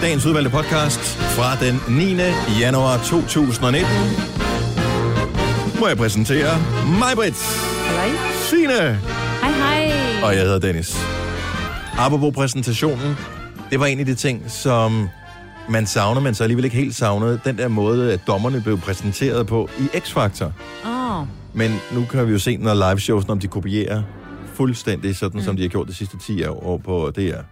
Dagens udvalgte podcast fra den 9. januar 2019. Må jeg præsentere Maj-Brit. Hej. Signe. Hej. Og jeg hedder Dennis. Apropos præsentationen, det var en af de ting, som man savner, men så alligevel ikke helt savnede. Den der måde, at dommerne blev præsenteret på i X-Factor. Men nu kan vi jo se, når liveshows, om de kopierer fuldstændig sådan, som de har gjort de sidste 10 år på DR. Det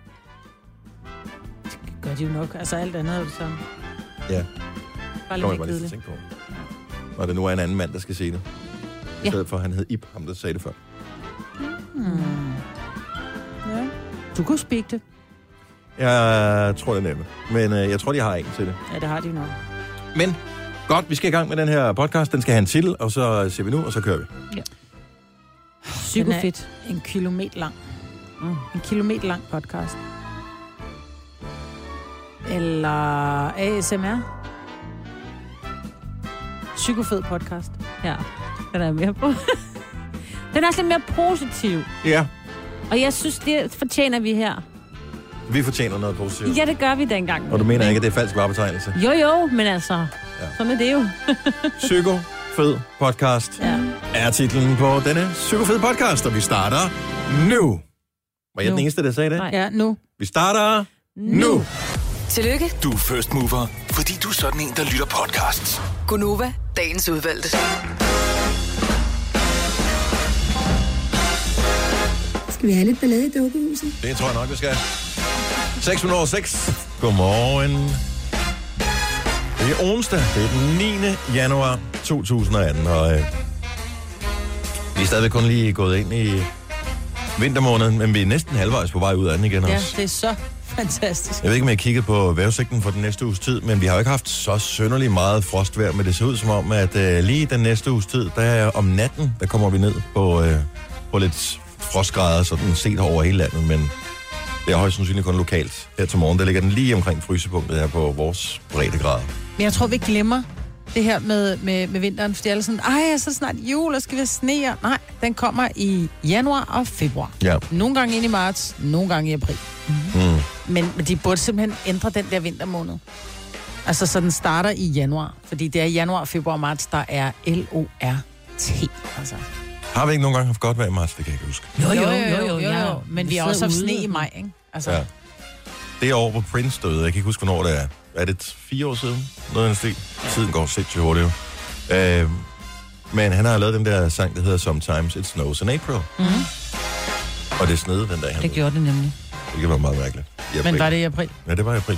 gør de jo nok. Altså alt andet er jo det samme. Ja. Bare Nå, lidt jeg kedeligt. tænke på. Og det nu er en anden mand, der skal se det. I stedet for, at han hed Ip, ham der sagde det før. Ja. Du kunne speak det. Jeg tror, det er nemt. Men jeg tror, de har en til det. Ja, det har de nok. Men godt, vi skal i gang med den her podcast. Den skal have en titel, og så ser vi nu, og så kører vi. Ja. Psykofedt. En kilometer lang. En kilometer lang podcast. Eller ASMR. Psykofed podcast. Ja, den er jeg mere på. Den er også lidt mere positiv. Ja. Og jeg synes, det fortjener vi her. Vi fortjener noget positivt. Ja, det gør vi dengang. Og du mener ikke, at det er falsk varebetegnelse? Jo, men altså, sådan er det jo. Psykofed podcast er titlen på denne Psykofed podcast, og vi starter nu. Var jeg den eneste, der sagde det? Nej. Ja, nu. Vi starter nu. Tillykke. Du er first mover, fordi du er sådan en, der lytter podcasts. Gunova, dagens udvalgte. Skal vi have lidt ballade i dukkehuset? Det tror jeg nok, vi skal. 6:06. Godmorgen. Det er onsdag. Det er den 9. januar 2018, og vi er stadigvæk kun lige gået ind i vintermåneden, men vi er næsten halvvejs på vej ud af den igen også. Ja, det er så fantastisk. Jeg ved ikke, om jeg kiggede på vejrudsigten for den næste uges tid, men vi har jo ikke haft så synderligt meget frostvejr, men det ser ud som om, at lige den næste uges tid, der om natten, der kommer vi ned på lidt frostgrader, sådan set over hele landet, men det er højst sandsynligt kun lokalt. Her til morgen, der ligger den lige omkring frysepunktet her på vores breddegrader. Men jeg tror, vi glemmer det her med vinteren, fordi alle sådan, så snart jul, og skal vi have sne. Nej, den kommer i januar og februar. Ja. Nogle gange ind i marts, nogle gange i april. Men de burde simpelthen ændre den der vintermåned. Altså, så den starter i januar, fordi det er januar, februar og marts, der er LORT. Altså. Har vi ikke nogen gange haft godt vejr i marts? Det kan jeg ikke huske. Jo. Men vi har også haft sne i maj, ikke? Altså. Ja. Det er over på Prince døde. Jeg kan ikke huske, hvornår det er. Er det 4 år siden? Noget af den stil. Tiden går sindssygt hurtigt jo. Men han har lavet den der sang, der hedder Sometimes It Snows in April. Og det snede den dag. Det gjorde det nemlig. Det kan være meget mærkeligt. Men var det i april? Ja, det var i april.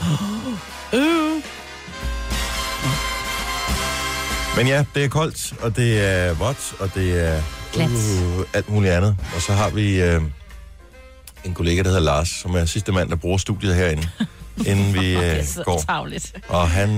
Men ja, det er koldt, og det er vådt, og det er alt muligt andet. Og så har vi en kollega, der hedder Lars, som er sidste mand, der bruger studiet herinde, inden vi går. Tavligt. Og han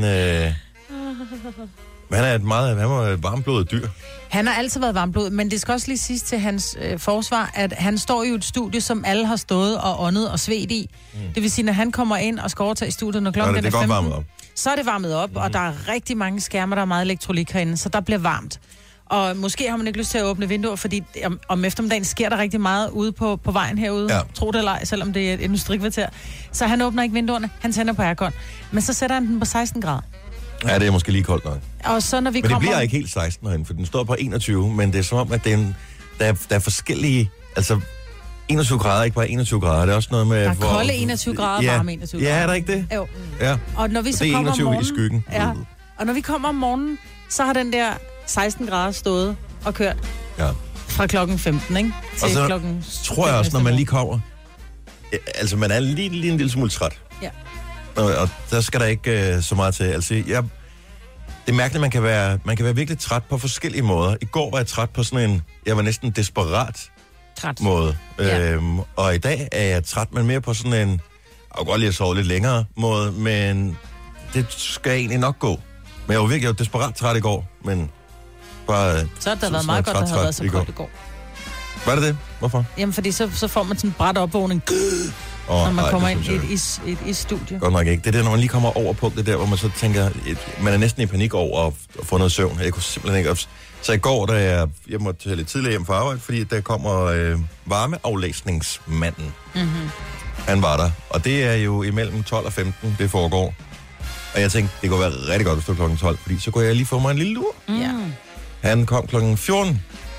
er et varmblodet dyr. Han har altid været varmblodet, men det skal også lige siges til hans forsvar, at han står i et studie, som alle har stået og åndet og svedt i. Det vil sige, når han kommer ind og skal overtage studiet, når klokken det er 15, varmet op. så er det varmet op, og der er rigtig mange skærme, der er meget elektronik herinde, så der bliver varmt. Og måske har man ikke lyst til at åbne vinduer, fordi om eftermiddagen sker der rigtig meget ude på vejen herude. Ja. Tro det eller ej, selvom det er et industrikvarter. Så han åbner ikke vinduerne, han tænder på aircon. Men så sætter han den på 16 grader. Ja, det er måske lige koldt nok. Og så når vi men kommer... det bliver ikke helt 16 herinde, for den står på 21, men det er som om, at der er forskellige... Altså, 21 grader, ikke bare 21 grader, det er også noget med... Der er kolde 21 grader, varme 21 grader. Ja, er der ikke det? Jo. Ja. Og når vi så det er kommer 21 om morgenen, i skyggen. Ja. Og når vi kommer om morgenen, så har den der 16 grader stået og kørt. Ja. Fra klokken 15, ikke? Til og så klokken... tror jeg også, når man lige kommer... Altså, man er lige en lille smule træt. Ja. Og der skal der ikke så meget til. Altså, det er mærkeligt, man kan være virkelig træt på forskellige måder. I går var jeg træt på sådan en... Jeg var næsten desperat måde. Ja. Og i dag er jeg træt, men mere på sådan en... Jeg kan godt lide at sove lidt længere måde, men det skal egentlig nok gå. Men jeg var virkelig desperat træt i går, men bare... Så har det været meget godt, at der havde været så koldt i går. Var det? Hvorfor? Jamen, fordi så får man sådan en bræt opvågning, når man kommer ind i et studie. Godt nok ikke. Det er det, når man lige kommer over punktet der, hvor man så tænker, man er næsten i panik over at få noget søvn. Jeg kunne simpelthen ikke... Så i går, da jeg måtte tage lidt tidligere hjem fra arbejde, fordi der kommer varmeaflæsningsmanden. Han var der. Og det er jo imellem 12 og 15, det foregår. Og jeg tænkte, det kunne være rigtig godt, hvis det var klokken 12, fordi så kunne jeg lige få mig en lille lur. Ja. Han kom klokken 14.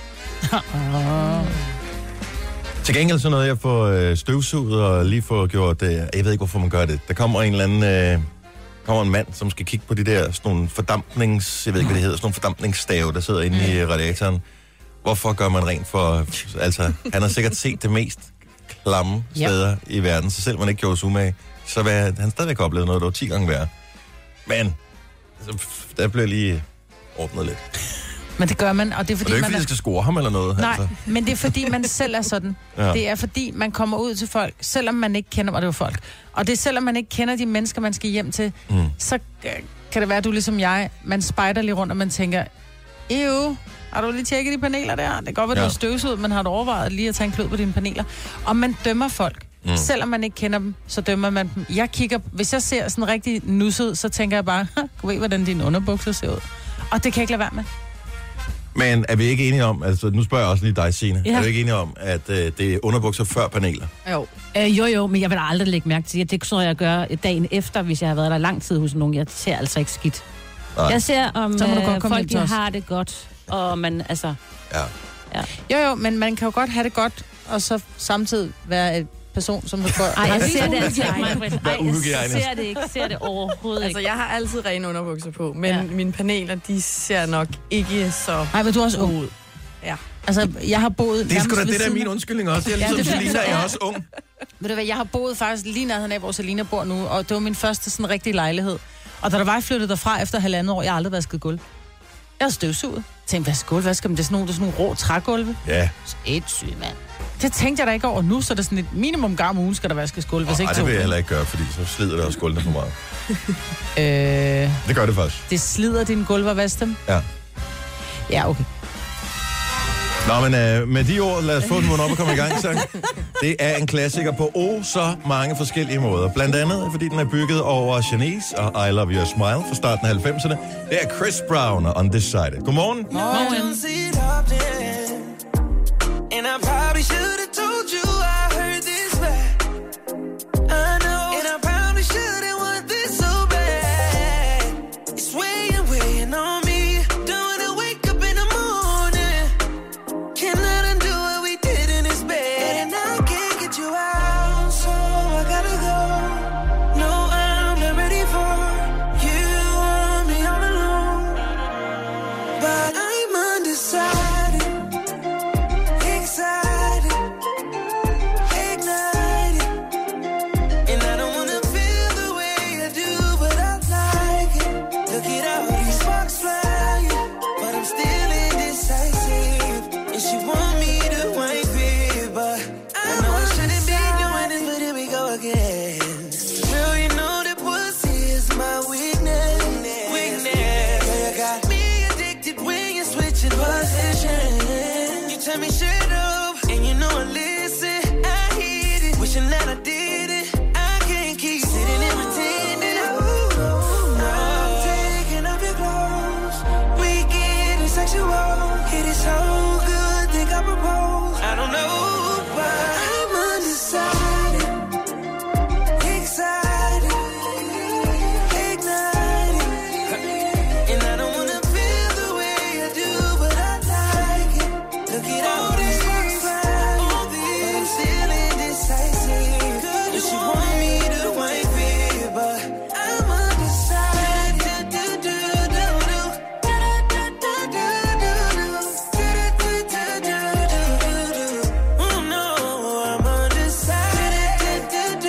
Til gengæld så noget, jeg får støvsuget og lige får gjort det. Jeg ved ikke, hvorfor man gør det. Der kommer en eller anden... kommer en mand, som skal kigge på de der sådan nogle fordampnings... Jeg ved ikke, hvad det hedder. Sådan nogle fordampningsstave, der sidder inde i radiatoren. Hvorfor gør man rent for... Altså, han har sikkert set det mest klamme steder i verden, så selv man ikke gjorde umage, så vil han stadigvæk oplevet noget, der var 10 gange værre. Men der blev lige ordnet lidt. Men det gør man, og det er fordi, og det er ikke, fordi jeg skal score ham eller noget. Nej, altså. men det er fordi, man selv er sådan. Ja. Det er fordi, man kommer ud til folk, selvom man ikke kender, og det var folk. Og det er selvom man ikke kender de mennesker, man skal hjem til, så kan det være, at du ligesom jeg, man spejder lige rundt, og man tænker, har du lige tjekket de paneler der? Det kan godt være, du er støvsuget, men har du overvejet lige at tage en klud på dine paneler? Og man dømmer folk. Selvom man ikke kender dem, så dømmer man dem. Jeg kigger, hvis jeg ser sådan rigtig nusset, så tænker jeg bare, du ved, hvordan dine underbukser ser ud. Og det kan jeg ikke lade være med. Men er vi ikke enige om, altså nu spørger jeg også lige dig, Signe, er vi ikke enige om, at det er underbukser før paneler? Jo, men jeg vil aldrig lægge mærke til det. Det tror jeg gør dagen efter, hvis jeg har været der lang tid hos nogen. Jeg ser altså ikke skidt. Nej. Jeg ser, om folk har det godt, og man, altså... Ja. Jo, men man kan jo godt have det godt, og så samtidig være et person, som du får... Ej, jeg ser det altså ikke. Jeg ser det overhovedet ikke. Altså, jeg har altid rene underbukser på, men mine paneler, de ser nok ikke så... Nej, men du er også ung. Ja. Altså, jeg har boet... Det er sgu da det der min undskyldning også. Jeg er ligesom Selina, jeg er også ung. Ved du hvad, jeg har boet faktisk lige nærheden af, hvor Selina bor nu, og det var min første sådan rigtig lejlighed. Og da der var jeg flyttet derfra efter 1,5 år, jeg har aldrig vasket gulv. Jeg har støvsuget. Tænkte, hvad skal man? Det er sådan nogle rå trægulve. Ja. Et syg, mand. Det tænkte jeg da ikke over nu, så er det sådan et minimum gang om ugen, skal der vaskes gulv. Hvis ikke det vil jeg heller ikke gøre, fordi så slider det også gulvene for meget. Det gør det faktisk. Det slider dine gulve at vaske dem? Ja. Ja, okay. Nå, men med de ord, lad os få den op og komme i gang, så. Det er en klassiker på så mange forskellige måder. Blandt andet, fordi den er bygget over Shanice og I Love Your Smile fra starten af 90'erne. Det er Chris Brown og Undecided. Godmorgen. Godmorgen. And I probably should have told you I heard this back. I know. And I probably should have want this so bad. It's weighing on me. Don't wanna wake up in the morning. Can't let undo what we did in this bed. And I can't get you out, so I gotta go. No, I'm not ready for you and me all alone. But I'm undecided. Tell me shut up, and you know I listen. I hit it, wishing that I did it. I can't keep sitting and pretending. Ooh, no. I'm taking off your clothes. We getting sexual. Hit it so good, think I propose. I don't know, but I'm undecided, excited, ignited, and I don't wanna feel the way I do, but I like it. Look at all these things, but I'm still indecisive. And she want me to wipe it, but I'm undecided. Oh no, I'm undecided.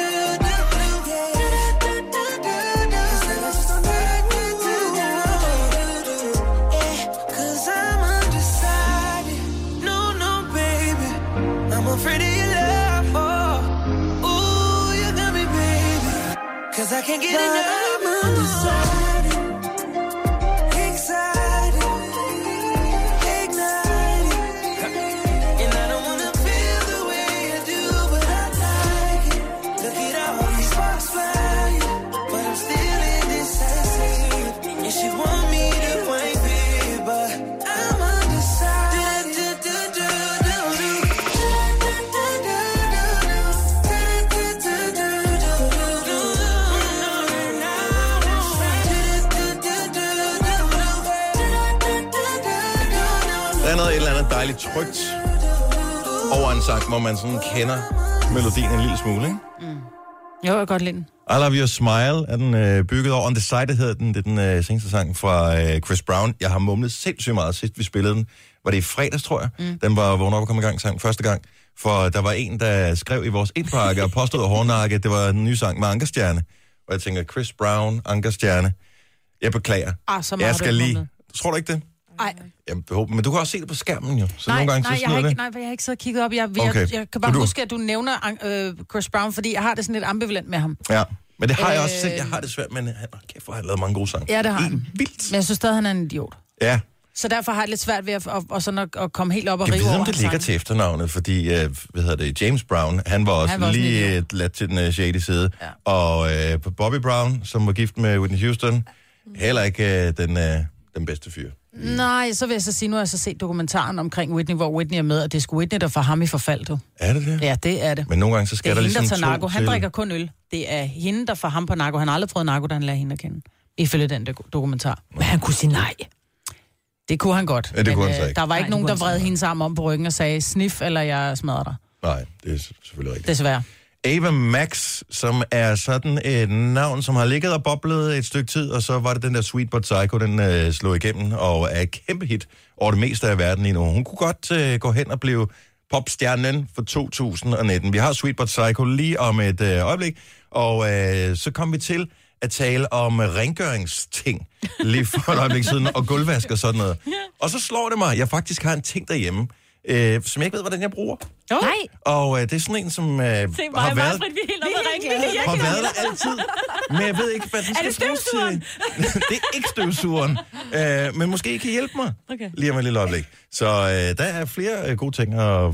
Cause I'm undecided. No, baby, I'm afraid of your love. Oh, ooh, you got me, baby. Cause I can't get enough. I'm undecided, excited, ignited, and I don't wanna feel the way I do, but I like it. Look at all these sparks flying, but I'm still indecisive. And she want me to wipe it, but I'm undecided. dejligt trygt over en sang, hvor man sådan kender melodien en lille smule, ikke? Jo, jeg kan godt lide den. I Love Your Smile er den bygget over. On the Side hedder den. Det er den seneste sang fra Chris Brown. Jeg har mumlet sindssygt meget sidst vi spillede den. Var det i fredags, tror jeg? Den var vågnet op og kom i gang sang første gang. For der var en, der skrev i vores indpakke og påstod af hårdnakke, at det var en ny sang med Ankerstjerne. Og jeg tænker, Chris Brown, Ankerstjerne. Jeg beklager. Jeg skal lige... Tror du ikke det? Nej. Men du kan også se det på skærmen jo. Så Nej, nogle gange, jeg har ikke siddet og kigget op. Jeg kan bare huske, at du nævner Chris Brown, fordi jeg har det sådan lidt ambivalent med ham. Ja, men det har jeg også selv. Jeg har det svært, men kæft, hvor har lavet mange gode sange. Ja, det har han. Vildt. Men jeg synes stadig, han er en idiot. Ja. Så derfor har jeg lidt svært ved at komme helt op og rive over. Jeg ved, om det ligger til efternavnet, fordi, James Brown, han var også lige ladt til den shady side. Ja. Og Bobby Brown, som var gift med Whitney Houston, heller ikke den bedste fyr. Nej, så vil jeg så sige, nu har jeg så set dokumentaren omkring Whitney, hvor Whitney er med, og det er sgu Whitney, der får ham i forfald, du. Er det det? Ja, det er det. Men nogle gange, så skal der ligesom to narko. Han drikker kun øl. Det er hende, der får ham på narko. Han har aldrig prøvet narko, da han lærer hende at kende. Ifølge den dokumentar. Men han kunne sige nej. Det kunne han godt. Ja, det kunne han så ikke. Der var ikke nogen, der vred hende sammen om på ryggen og sagde, snif, eller jeg smadrer dig. Nej, det er selvfølgelig rigtigt. Desværre. Ava Max, som er sådan et navn, som har ligget og boblet et stykke tid, og så var det den der Sweet But Psycho, den slog igennem, og er et kæmpe hit over det meste af verden lige nu. Hun kunne godt gå hen og blive popstjernen for 2019. Vi har Sweet But Psycho lige om et øjeblik, og så kom vi til at tale om rengøringsting lige for et øjeblik siden, og gulvvask og sådan noget. Og så slår det mig, at jeg faktisk har en ting derhjemme, som jeg ikke ved, hvordan jeg bruger. Nej. Og det er sådan en, som har været der altid. Men jeg ved ikke, hvad den skal bruges til. Det er ikke støvsugeren. Men måske I kan hjælpe mig lige om et lille øjeblik. Så der er flere gode ting at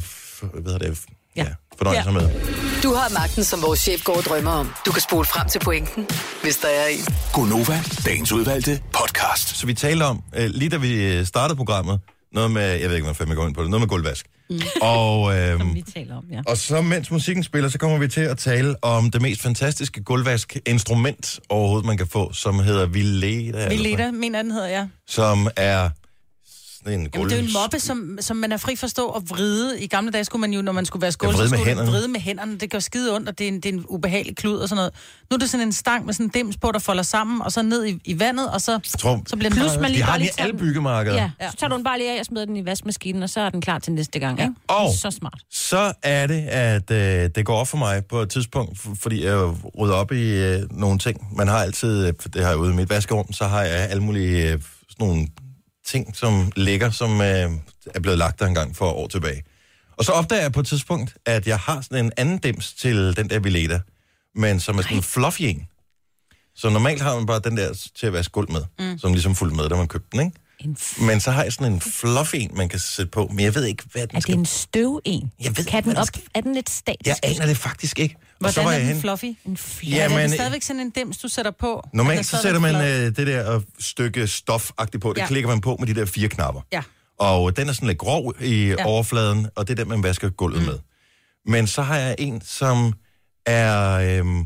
fornøje sig med. Du har magten, som vores chef går og drømmer om. Du kan spole frem til pointen, hvis der er en. Gonova, dagens udvalgte podcast. Så vi talte om, lige da vi startede programmet, noget med, jeg ved ikke, hvad jeg går ind på det, noget med gulvvask. Og, som vi taler om, ja. Og så mens musikken spiller, så kommer vi til at tale om det mest fantastiske gulvvask-instrument overhovedet, man kan få, som hedder Vileda. Vileda, mener den hedder, ja. Som er sådan en gulv... det er jo en moppe, som man er fri for at stå og vride. I gamle dage skulle man jo, når man skulle vaske gulv, så skulle man vride med hænderne. Det gør skide ondt, og det er en ubehagelig klud og sådan noget. Nu er det sådan en stang med sådan en dims på, der folder sammen, og så ned i vandet, og så bliver den plus, man lige de har den i alle byggemarkeder. Ja, så tager du den bare lige af og smider den i vaskemaskinen, og så er den klar til næste gang, ikke? Og så smart. Så er det, at det går op for mig på et tidspunkt, fordi jeg rydder op i nogle ting. Man har altid, det har jeg ude i mit vaskerum, så har jeg alle mulige sådan nogle ting, som ligger, som er blevet lagt der en gang for år tilbage. Og så opdager jeg på et tidspunkt, at jeg har sådan en anden dims til den der Vileda, men som er sådan en fluffy en. Så normalt har man bare den der til at vaske gulv med, som ligesom fuldt med, da man købte den, ikke? Men så har jeg sådan en fluffy en, man kan sætte på, men jeg ved ikke, hvad den skal... Er det en støv en? Kan den op? Er den lidt statisk? Jeg aner det faktisk ikke. Hvordan er den fluffy? En fluffy? Ja, men er det stadigvæk sådan en dims, du sætter på? Normalt så sætter man det der stykke stof-agtigt på. Det klikker man på med de der 4 knapper. Ja. Og den er sådan lidt grov i overfladen, og det er den, man vasker gulvet med. Men så har jeg en, som er...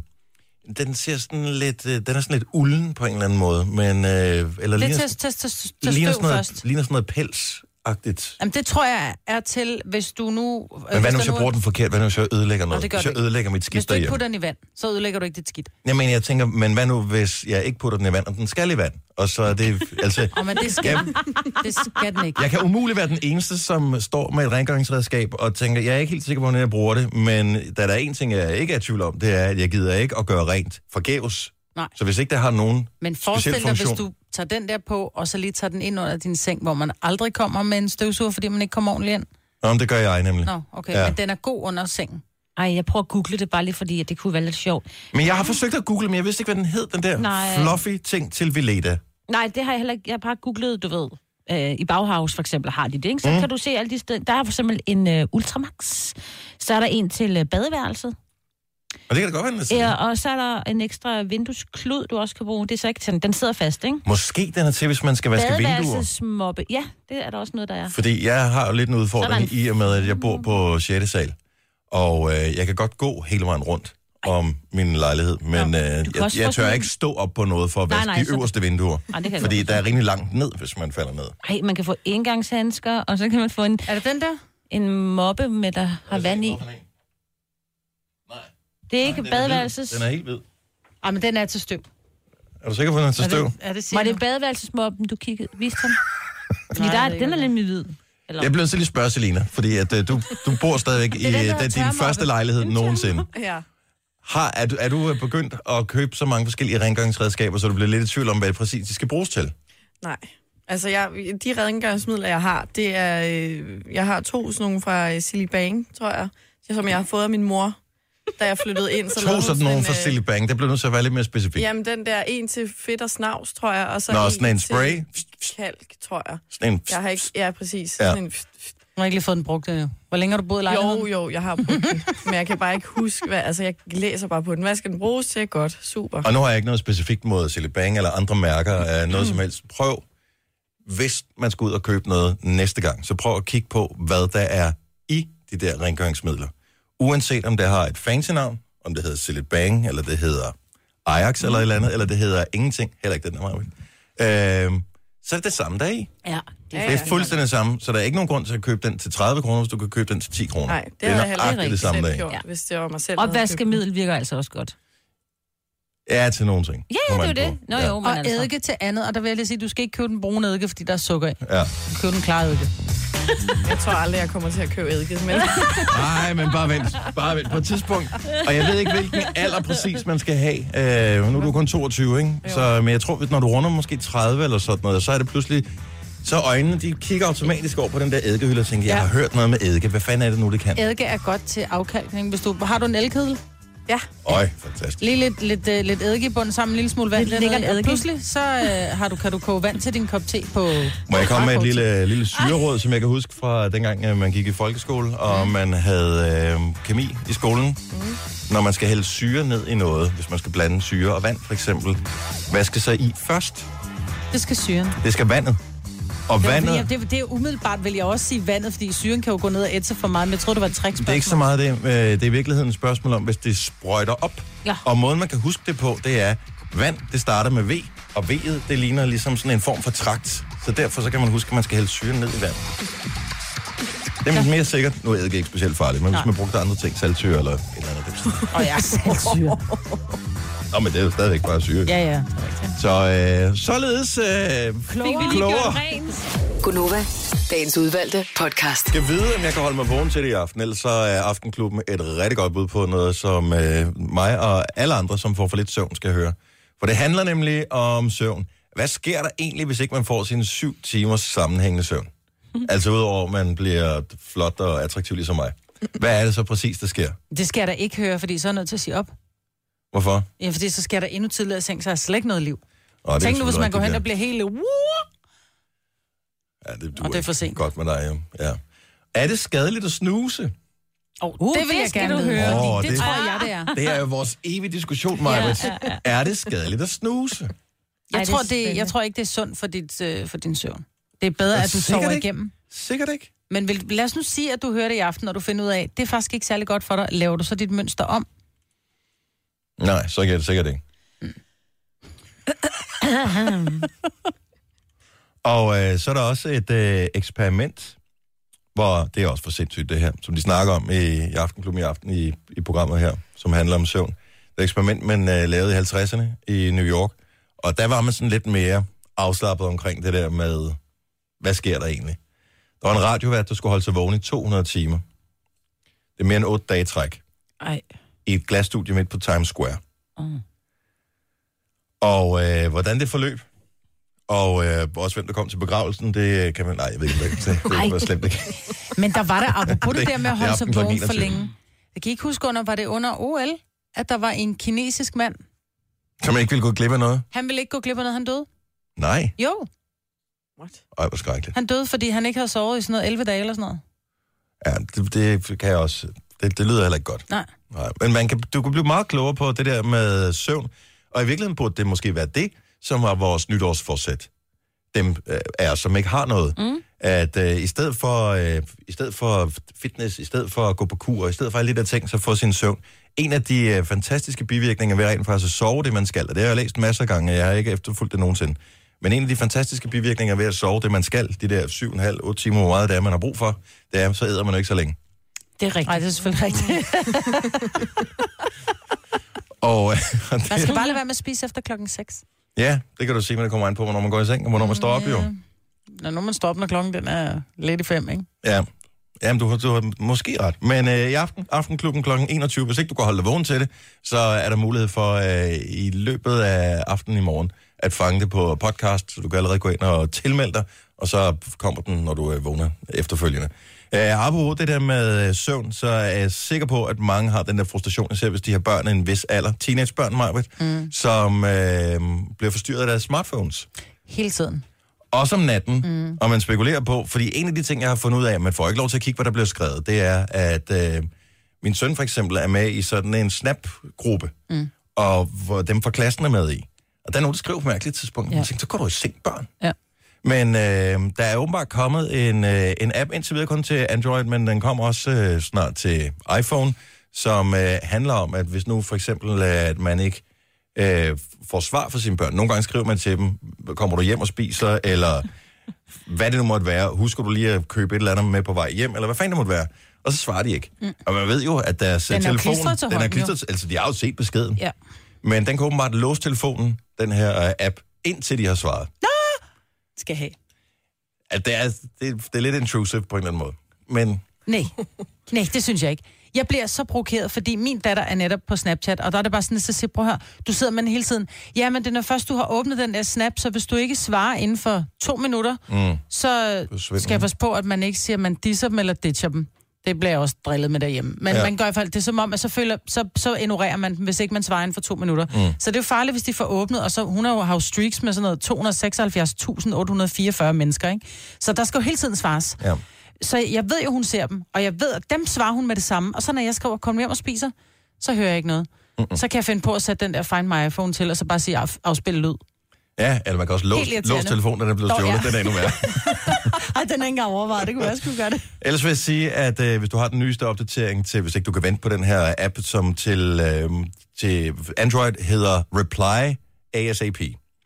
den ser sådan lidt... den er sådan lidt ulden på en eller anden måde, men... eller det er til støv først. Ligner sådan noget pelsagtigt. Jamen, det tror jeg er til, hvis du nu... Men hvad nu, hvis jeg bruger den forkert? Hvad nu, hvis jeg ødelægger noget? Hvis jeg ødelægger mit skidt derhjemme? Hvis du ikke putter den i vand, så ødelægger du ikke dit skidt. Jamen, jeg tænker, men hvad nu, hvis jeg ikke putter den i vand, og den skal i vand? Og så er det... altså... men det skal den. Det skal den ikke. Jeg kan umuligt være den eneste, som står med et rengøringsredskab og tænker, jeg er ikke helt sikker på, hvordan jeg bruger det, men da der er en ting, jeg ikke er i tvivl om, det er, at jeg gider ikke at gøre rent forgæves. Nej. Så hvis ikke der har nogen men forestil dig, hvis du tager den der på, og så lige tager den ind under din seng, hvor man aldrig kommer med en støvsuger, fordi man ikke kommer ordentligt ind. Nå, men det gør jeg nemlig. Nå, okay, ja. Men den er god under sengen. Ej, jeg prøver at google det bare lige, fordi det kunne være lidt sjovt. Men jeg har forsøgt at google, men jeg vidste ikke, hvad den hed, den der fluffy ting til Vileda. Nej, det har jeg heller ikke. Jeg har bare googlet, du ved. I Bauhaus for eksempel har de det, ikke? Så kan du se alle de steder. Der er for eksempel en Ultramax. Så er der en til badeværelset. Og det kan det godt være, ja, og så er der en ekstra vinduesklud, du også kan bruge. Det er så ikke sådan, den sidder fast, ikke? Måske den er til, hvis man skal vaske vinduer. Badeværelsesmoppe. Ja, det er der også noget, der er. Fordi jeg har jo lidt en udfordring i og med, at jeg bor på 6. sal. Og jeg kan godt gå hele vejen rundt. om min lejlighed, men jeg tør ikke stå op på noget for at vaske de øverste vinduer, fordi der er rimelig langt ned, hvis man falder ned. Nej, man kan få engangshandsker, og så kan man få en... Er det den der? En moppe med, der har vand i. Nej. Det er ikke badeværelses... Den er helt hvid. Ej, men den er til støv. Er du sikker på, at den er til støv? Var det badeværelsesmoppen, du viste ham? Fordi den er nemlig hvid. Eller? Jeg bliver så lige spørge, Selina, fordi at, du bor stadigvæk i din første lejlighed nogensinde. Ja. Er du begyndt at købe så mange forskellige rengøringsredskaber, så du bliver lidt i tvivl om, hvad det præcis de skal bruges til? Nej. Altså, de rengøringsmidler, jeg har, det er... jeg har 2 sådan nogle fra Silly Bang, tror jeg, som jeg har fået af min mor, da jeg flyttede ind. Så 2 sådan nogle fra Silly Bang, det bliver nødt til at være lidt mere specifikt. Jamen, den der 1 til fedt og snavs, tror jeg, og så sådan en spray? Kalk, tror jeg. Sådan en... Jeg har ikke... Ja, præcis. Ja. Sådan en... Du har ikke lige fået den brugt endnu. Hvor længe har du boet i lejligheden? Jo, jeg har brugt den. Men jeg kan bare ikke huske, altså jeg læser bare på den. Hvad skal den bruges til? Godt, super. Og nu har jeg ikke noget specifikt mod Silly Bang eller andre mærker af noget som helst. Prøv, hvis man skal ud og købe noget næste gang, så prøv at kigge på, hvad der er i de der rengøringsmidler. Uanset om det har et fancy navn, om det hedder Silly Bang, eller det hedder Ajax eller et eller andet, eller det hedder ingenting, heller ikke den der, så er det samme, der er i. Ja. Det er fuldstændig det samme, så der er ikke nogen grund til at købe den til 30 kroner, hvis du kan købe den til 10 kroner. Nej, det er heller ikke det samme selv gjort, hvis det var mig selv. Og vaskemiddel virker altså også godt. Ja, til nogle ting. Ja, det er jo det. Nå, jo, og altså. Eddike til andet, og der vil jeg lige sige, du skal ikke købe den brune eddike, fordi der er sukker i. Ja. Køb den klare eddike. Jeg tror aldrig, jeg kommer til at købe eddike. Men... Nej, men bare vent på et tidspunkt. Og jeg ved ikke, hvilken alder præcis man skal have. Nu er du kun 22, ikke? Så, men jeg tror, når du runder måske 30 eller sådan noget, så er det pludselig... Så øjnene, de kigger automatisk over på den der eddikehylde og tænker, jeg har hørt noget med eddike. Hvad fanden er det nu, det kan? Eddike er godt til afkalkning. Har du en elkedel? Ja. Øj, fantastisk. Lige lidt eddike i bunden sammen, en lille smule vand dernede. Og pludselig, så kan du koge vand til din kop te på... Må jeg komme med et lille syreråd, som jeg kan huske fra dengang, man gik i folkeskole, og man havde kemi i skolen. Når man skal hælde syre ned i noget, hvis man skal blande syre og vand for eksempel, hvad skal så i først? Det skal syren. Det skal vandet. Og vandet... Det er umiddelbart, vil jeg også sige vandet, fordi syren kan jo gå ned og ætse for meget, men jeg tror, det var et trickspørgsmål. Det er ikke så meget det. Det er i virkeligheden et spørgsmål om, hvis det sprøjter op. Ja. Og måden, man kan huske det på, det er, vand, det starter med V, og V'et, det ligner ligesom sådan en form for trakt. Så derfor så kan man huske, at man skal hælde syren ned i vand. Det er mere sikkert. Nu er det ikke specielt farligt, men hvis man brugte andre ting, saltsyre eller et eller andet. Og ja, saltsyre. Nå, men det er jo stadigvæk bare syre. Ja. Så således klogere. Gunova, dagens udvalgte podcast. Jeg ved, om jeg kan holde mig vågen til det i aften, ellers så er Aftenklubben et rigtig godt bud på noget, som mig og alle andre, som får for lidt søvn, skal høre. For det handler nemlig om søvn. Hvad sker der egentlig, hvis ikke man får sine 7 timers sammenhængende søvn? Altså udover, at man bliver flot og attraktiv ligesom mig. Hvad er det så præcis, der sker? Det skal jeg da ikke høre, fordi så er jeg nødt til at sige op. Hvorfor? Ja, fordi så skal der endnu tidligere seng, så er slet ikke noget liv. Tænk nu, hvis man går hen og bliver helt... Ja, det og det er for sent. Godt med dig, ja. Er det skadeligt at snuse? Det vil jeg gerne høre. Det tror jeg, det er. Det er jo vores evige diskussion, Maja. Er det skadeligt at snuse? Jeg tror ikke, det er sundt for din søvn. Det er bedre, at du sover igennem. Sikkert ikke. Men lad os nu sige, at du hører det i aften, og du finder ud af, det er faktisk ikke særlig godt for dig. Laver du så dit mønster om? Nej, så er det sikkert ikke. Og så er der også et eksperiment, hvor det er også for sindssygt det her, som de snakker om i Aftenklubben i aften i programmet her, som handler om søvn. Det er et eksperiment, man lavede i 50'erne i New York, og der var man sådan lidt mere afslappet omkring det der med, hvad sker der egentlig? Der var en radiovært, der skulle holde sig vågen i 200 timer. Det er mere end 8 dage træk. Ej. I et glasstudie midt på Times Square. Og hvordan det forløb, og også hvem der kom til begravelsen, det kan man... Nej, jeg ved ikke, det var slemt ikke. Men der var der, apropos det der med at holde sig vågen for længe. Jeg kan ikke huske, var det under OL, at der var en kinesisk mand? Som man ikke ville gå glip af noget? Han ville ikke gå glip af noget, han døde. Nej. Jo. What? Ej, hvor skrækkeligt. Han døde, fordi han ikke havde sovet i sådan noget 11 dage eller sådan noget. Ja, det kan jeg også... Det lyder heller ikke godt. Nej. Men du kan blive meget klogere på det der med søvn. Og i virkeligheden burde det måske være det, som var vores nytårsforsæt. dem af os, som ikke har noget. At i stedet for fitness, i stedet for at gå på kur, i stedet for alle de der ting, så få sin søvn. En af de fantastiske bivirkninger ved rent faktisk at sove det, man skal, og det har jeg læst masser af gange, jeg har ikke efterfulgt det nogensinde. Men en af de fantastiske bivirkninger ved at sove det, man skal, de der 7,5-8 timer, hvor meget det er, man har brug for, det er, så æder man jo ikke så længe. Det er rigtigt. Nej, det er selvfølgelig rigtigt. Man skal bare lade være med at spise efter 6:00. Ja, det kan du sige, men det kommer an på, hvornår man går i seng, og hvornår man står op, jo. Når man står op, når klokken den er lidt i 5, ikke? Ja. Jamen, du har måske ret. Men i aftenklubben kl. 21, hvis ikke du kan holde dig vågen til det, så er der mulighed for i løbet af aftenen i morgen at fange det på podcast, så du kan allerede gå ind og tilmelde dig, og så kommer den, når du vågner efterfølgende. Apropos det der med søvn, så er jeg sikker på, at mange har den der frustration, især hvis de har børn af en vis alder, teenagebørn, som bliver forstyrret af deres smartphones. Hele tiden. Også om natten, og man spekulerer på, fordi en af de ting, jeg har fundet ud af, at man får ikke lov til at kigge, hvad der bliver skrevet, det er, at min søn for eksempel er med i sådan en Snap-gruppe, og hvor dem fra klassen er med i. Og der er nogen, der skriver på mærkeligt tidspunkt, og tænker, så går du i seng, børn. Ja. Men der er åbenbart kommet en app, indtil videre kun til Android, men den kommer også snart til iPhone, som handler om, at hvis nu for eksempel, at man ikke får svar fra sine børn. Nogle gange skriver man til dem, kommer du hjem og spiser, eller hvad det nu måtte være. Husker du lige at købe et eller andet med på vej hjem, eller hvad fanden det måtte være. Og så svarer de ikke. Og man ved jo, at deres telefon, den er klistret, altså de har jo set beskeden. Ja. Men den kan åbenbart låse telefonen, den her app, indtil de har svaret. Skal have. At det er lidt intrusive på en eller anden måde. Men... Nej, det synes jeg ikke. Jeg bliver så provokeret, fordi min datter er netop på Snapchat, og der er det bare sådan, at så prøv at høre, du sidder med den hele tiden. Ja, men det er når først du har åbnet den der Snap, så hvis du ikke svarer inden for 2 minutter, så skal jeg passe på, at man ikke siger, at man disser dem eller ditcher dem. Det bliver jeg også drillet med derhjemme. Men man gør i hvert fald, det er som om, at så ignorerer man dem, hvis ikke man svarer inden for 2 minutter. Så det er jo farligt, hvis de får åbnet, og så hun har jo streaks med sådan noget 276.844 mennesker, ikke? Så der skal jo hele tiden svares. Ja. Så jeg ved jo, hun ser dem, og jeg ved, at dem svarer hun med det samme. Og så når jeg skriver, kom hjem og spiser, så hører jeg ikke noget. Så kan jeg finde på at sætte den der Find My iPhone til, og så bare sige, afspille lyd. Ja, eller man kan også låse telefonen, den er blevet stjålet, den er endnu værre. Ej, den er ikke engang overvejet, det kunne være, jeg skulle gøre det. Ellers vil jeg sige, at hvis du har den nyeste opdatering til, hvis ikke du kan vente på den her app, som til Android hedder Reply ASAP,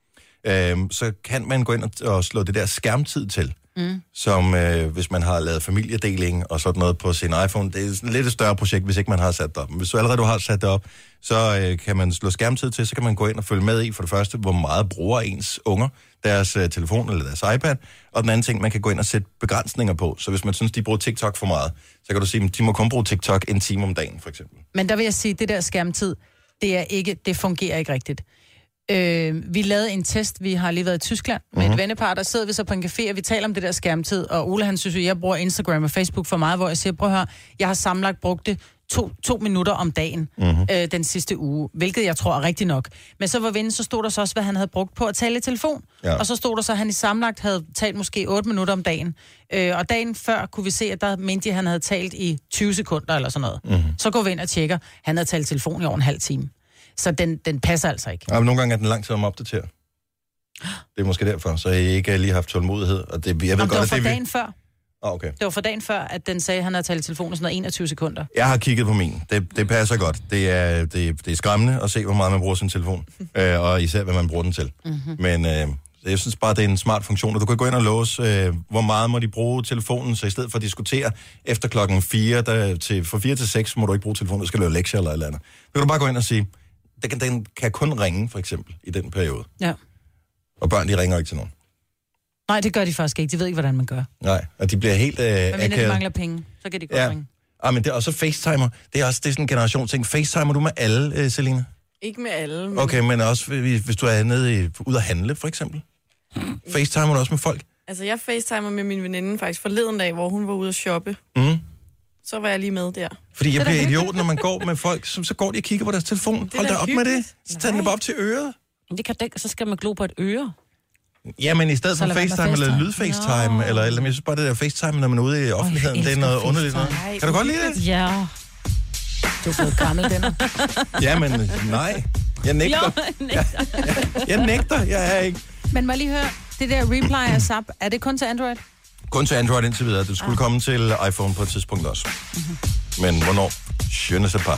så kan man gå ind og slå det der skærmtid til. Som hvis man har lavet familiedeling og sådan noget på sin iPhone. Det er lidt et større projekt, hvis ikke man har sat det op. Hvis du allerede har sat det op, så kan man slå skærmtid til, så kan man gå ind og følge med i, for det første, hvor meget bruger ens unger deres telefon eller deres iPad, og den anden ting, man kan gå ind og sætte begrænsninger på. Så hvis man synes, de bruger TikTok for meget, så kan du sige, at de må kun bruge TikTok 1 time om dagen, for eksempel. Men der vil jeg sige, at det der skærmtid, det fungerer ikke rigtigt. Vi lavede en test, vi har lige været i Tyskland med et vennepar, der sidder vi så på en café, og vi taler om det der skærmtid, og Ole han synes, at jeg bruger Instagram og Facebook for meget, hvor jeg siger, prøv at høre, jeg har sammenlagt brugt det 2 minutter om dagen den sidste uge, hvilket jeg tror er rigtigt nok. Men så var vennen, så stod der så også, hvad han havde brugt på at tale i telefon, og så stod der så, at han i sammenlagt havde talt måske 8 minutter om dagen. Og dagen før kunne vi se, at der mente at han havde talt i 20 sekunder eller sådan noget. Så går vi ind og tjekker, han havde talt i telefon i over en halv time. Så den passer altså ikke. Ja, men nogle gange er den lang tid om at opdatere. Det er måske derfor, så jeg ikke lige haft tålmodighed. Og det, jeg ved godt, det var for dagen før. Okay. Det var for dagen før, at den sagde, at han havde talt i telefonen sådan noget 21 sekunder. Jeg har kigget på min. Det passer godt. Det er skræmmende at se, hvor meget man bruger sin telefon. Og især, hvad man bruger den til. Men jeg synes bare, det er en smart funktion. Og du kan gå ind og låse, hvor meget må de bruge telefonen, så i stedet for at diskutere efter klokken 4, fra 4 til 6, må du ikke bruge telefonen, du skal lave lektier eller et eller andet. Så kan du bare gå ind og sige, den kan kun ringe, for eksempel, i den periode. Ja. Og børn, de ringer ikke til nogen. Nej, det gør de faktisk ikke. De ved ikke, hvordan man gør. Nej, og de bliver helt men de mangler penge, så kan de godt ringe. Men det er også FaceTimer. Det er sådan en generation-ting. FaceTimer du med alle, Selina? Ikke med alle. Men... Okay, men også hvis du er nede ude at handle, for eksempel. FaceTimer du også med folk? Altså, jeg FaceTimer med min veninde faktisk forleden dag, hvor hun var ude at shoppe. Så var jeg lige med der. Fordi jeg bliver idiot, når man går med folk, så går de og kigger på deres telefon. Hold da op med det. Så tager den bare op til øret. Det kan så skal man glo på et øre. Ja, men i stedet for FaceTime eller lyd-FaceTime, eller jeg synes bare, det der FaceTime, når man er ude i offentligheden, det er noget underligt noget. Kan du godt lide det? Ja. Du er blevet gammel, den. Ja, men nej. Jeg nægter. Jeg nægter. Jeg er ikke. Men må lige høre, det der Reply og Zap, er det kun til Android? Kun til Android indtil videre. Det skulle komme til iPhone på et tidspunkt også. Men hvornår? Je ne sais pas.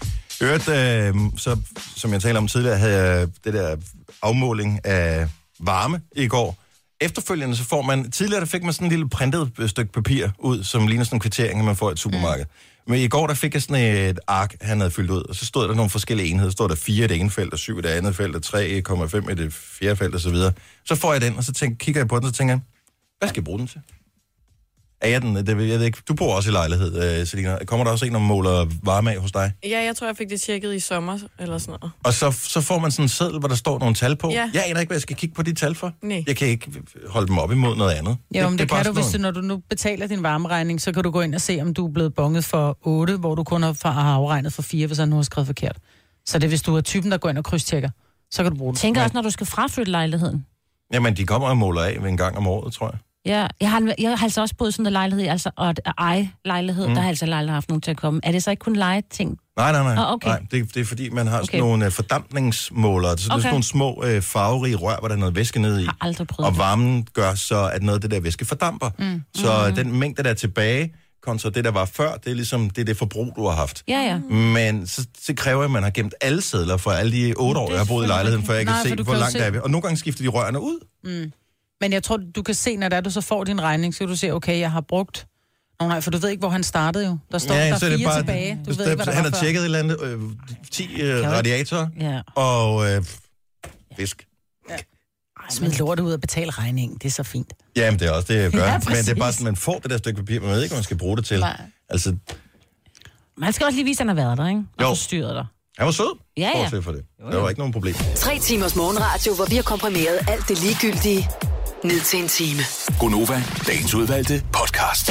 Så, som jeg talte om tidligere, havde jeg det der afmåling af varme i går. Efterfølgende så får man... Tidligere der fik man sådan en lille printet stykke papir ud, som ligner sådan en kvittering, man får i et supermarked. Men i går der fik jeg sådan et ark, han havde fyldt ud, og så stod der nogle forskellige enheder. Så stod der 4 i det ene felt, og 7 i det andet felt, og 3,5 i det fjerde felt, og så videre. Så får jeg den, og så kigger jeg på den, og så tænker jeg, hvad skal jeg bruge den til? Er jeg den? Jeg ved ikke. Du bor også i lejlighed, Selina. Kommer der også en, der måler varme af hos dig? Ja, jeg tror, jeg fik det tjekket i sommer, eller sådan noget. Og så får man sådan en seddel, hvor der står nogle tal på. Ja. Jeg aner ikke, hvad jeg skal kigge på de tal for. Nej. Jeg kan ikke holde dem op imod noget andet. Jo, men det kan du, hvis du, når du nu betaler din varmeregning, så kan du gå ind og se, om du er blevet bonget for 8, hvor du kun har afregnet for 4, hvis han nu har skrevet forkert. Så det er, hvis du er typen, der går ind og krydstjekker, så kan du bruge det. Tænker også, når du skal fraflytte lejligheden. Jamen, de kommer og måler af en gang om året, tror jeg. Ja, jeg har altså også boet sådan en lejlighed, altså, og et eje-lejlighed, der har altså lejlighed haft nogen til at komme. Er det så ikke kun lejeting? Nej. Okay. Nej, det er fordi, man har sådan nogle fordampningsmålere. Så det er sådan nogle små farverige rør, hvor der er noget væske nede i. Jeg har aldrig prøvet og varmen gør så, at noget af det der væske fordamper. Så den mængde, der er tilbage, kontra det, der var før, det er ligesom det forbrug, du har haft. Ja. Men så kræver jeg, at man har gemt alle sedler for alle de 8 år, jeg har boet i lejligheden, før jeg kan se, hvor langt der er. Og nogle gange skifter de rørene ud. Men jeg tror, du kan se, når du så får din regning, så kan du se, okay, jeg har brugt... Nej, for du ved ikke, hvor han startede jo. Der står der 4 bare, tilbage. Du ved ikke, hvad der han var har tjekket et eller andet 10 radiatorer og fisk. Ja. Smid lortet ud og betale regningen. Det er så fint. Jamen, det er også det, jeg gør. Ja, men det er bare sådan, man får det der stykke papir, man ved ikke, hvad man skal bruge det til. Nej. Altså... Man skal også lige vise, at han har været der, ikke? Og jo. forstyrret dig. Han var sød. Ja. For det. Der var ikke nogen problem. 3 timers morgenradio, hvor vi har komprimeret alt det ligegyldige ned til en time. Gonova, dagens udvalgte podcast.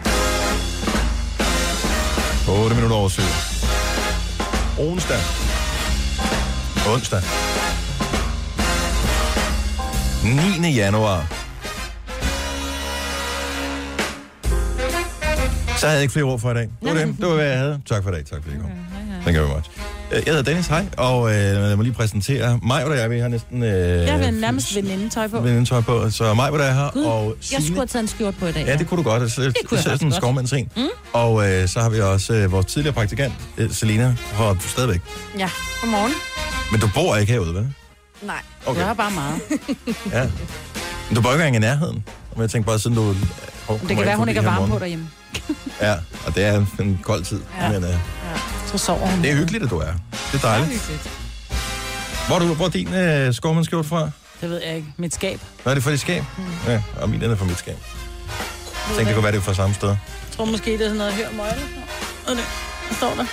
8 minutter over 7. Onsdag. 9. januar. Så havde jeg ikke flere ord for i dag. Det var, hvad jeg havde. Tak for i dag. Tak for det, kom. Thank you very much. Jeg hedder Dennis, hej, og lad mig lige præsentere mig, og jeg, vi har næsten... jeg vil nærmest venindetøj på. Så mig, hvor der er her, Gud, og jeg skulle have taget en skjort på i dag. Ja, det kunne du godt. Det kunne jeg sådan en skovmandsen. Og så har vi også vores tidligere praktikant, Selina, her stadigvæk. Ja, godmorgen. Men du bor ikke herude, vel? Nej. Okay. Jeg har bare meget. Ja. Men du bor ikke engang i nærheden. Og jeg tænkte bare, siden du... Det kan være, hun ikke er varme på derhjemme. Ja, og det er en kold tid. Ja. Men, så sover hun. Det er hyggeligt, at du er. Det er dejligt. Hvor er din skovmandskjort fra? Det ved jeg ikke. Mit skab. Hvad er det for dit skab? Ja, og min er fra mit skab. Jeg tænkte, det kunne være, det fra samme sted. Jeg tror måske, det er sådan noget hør møgle. Hvad står der?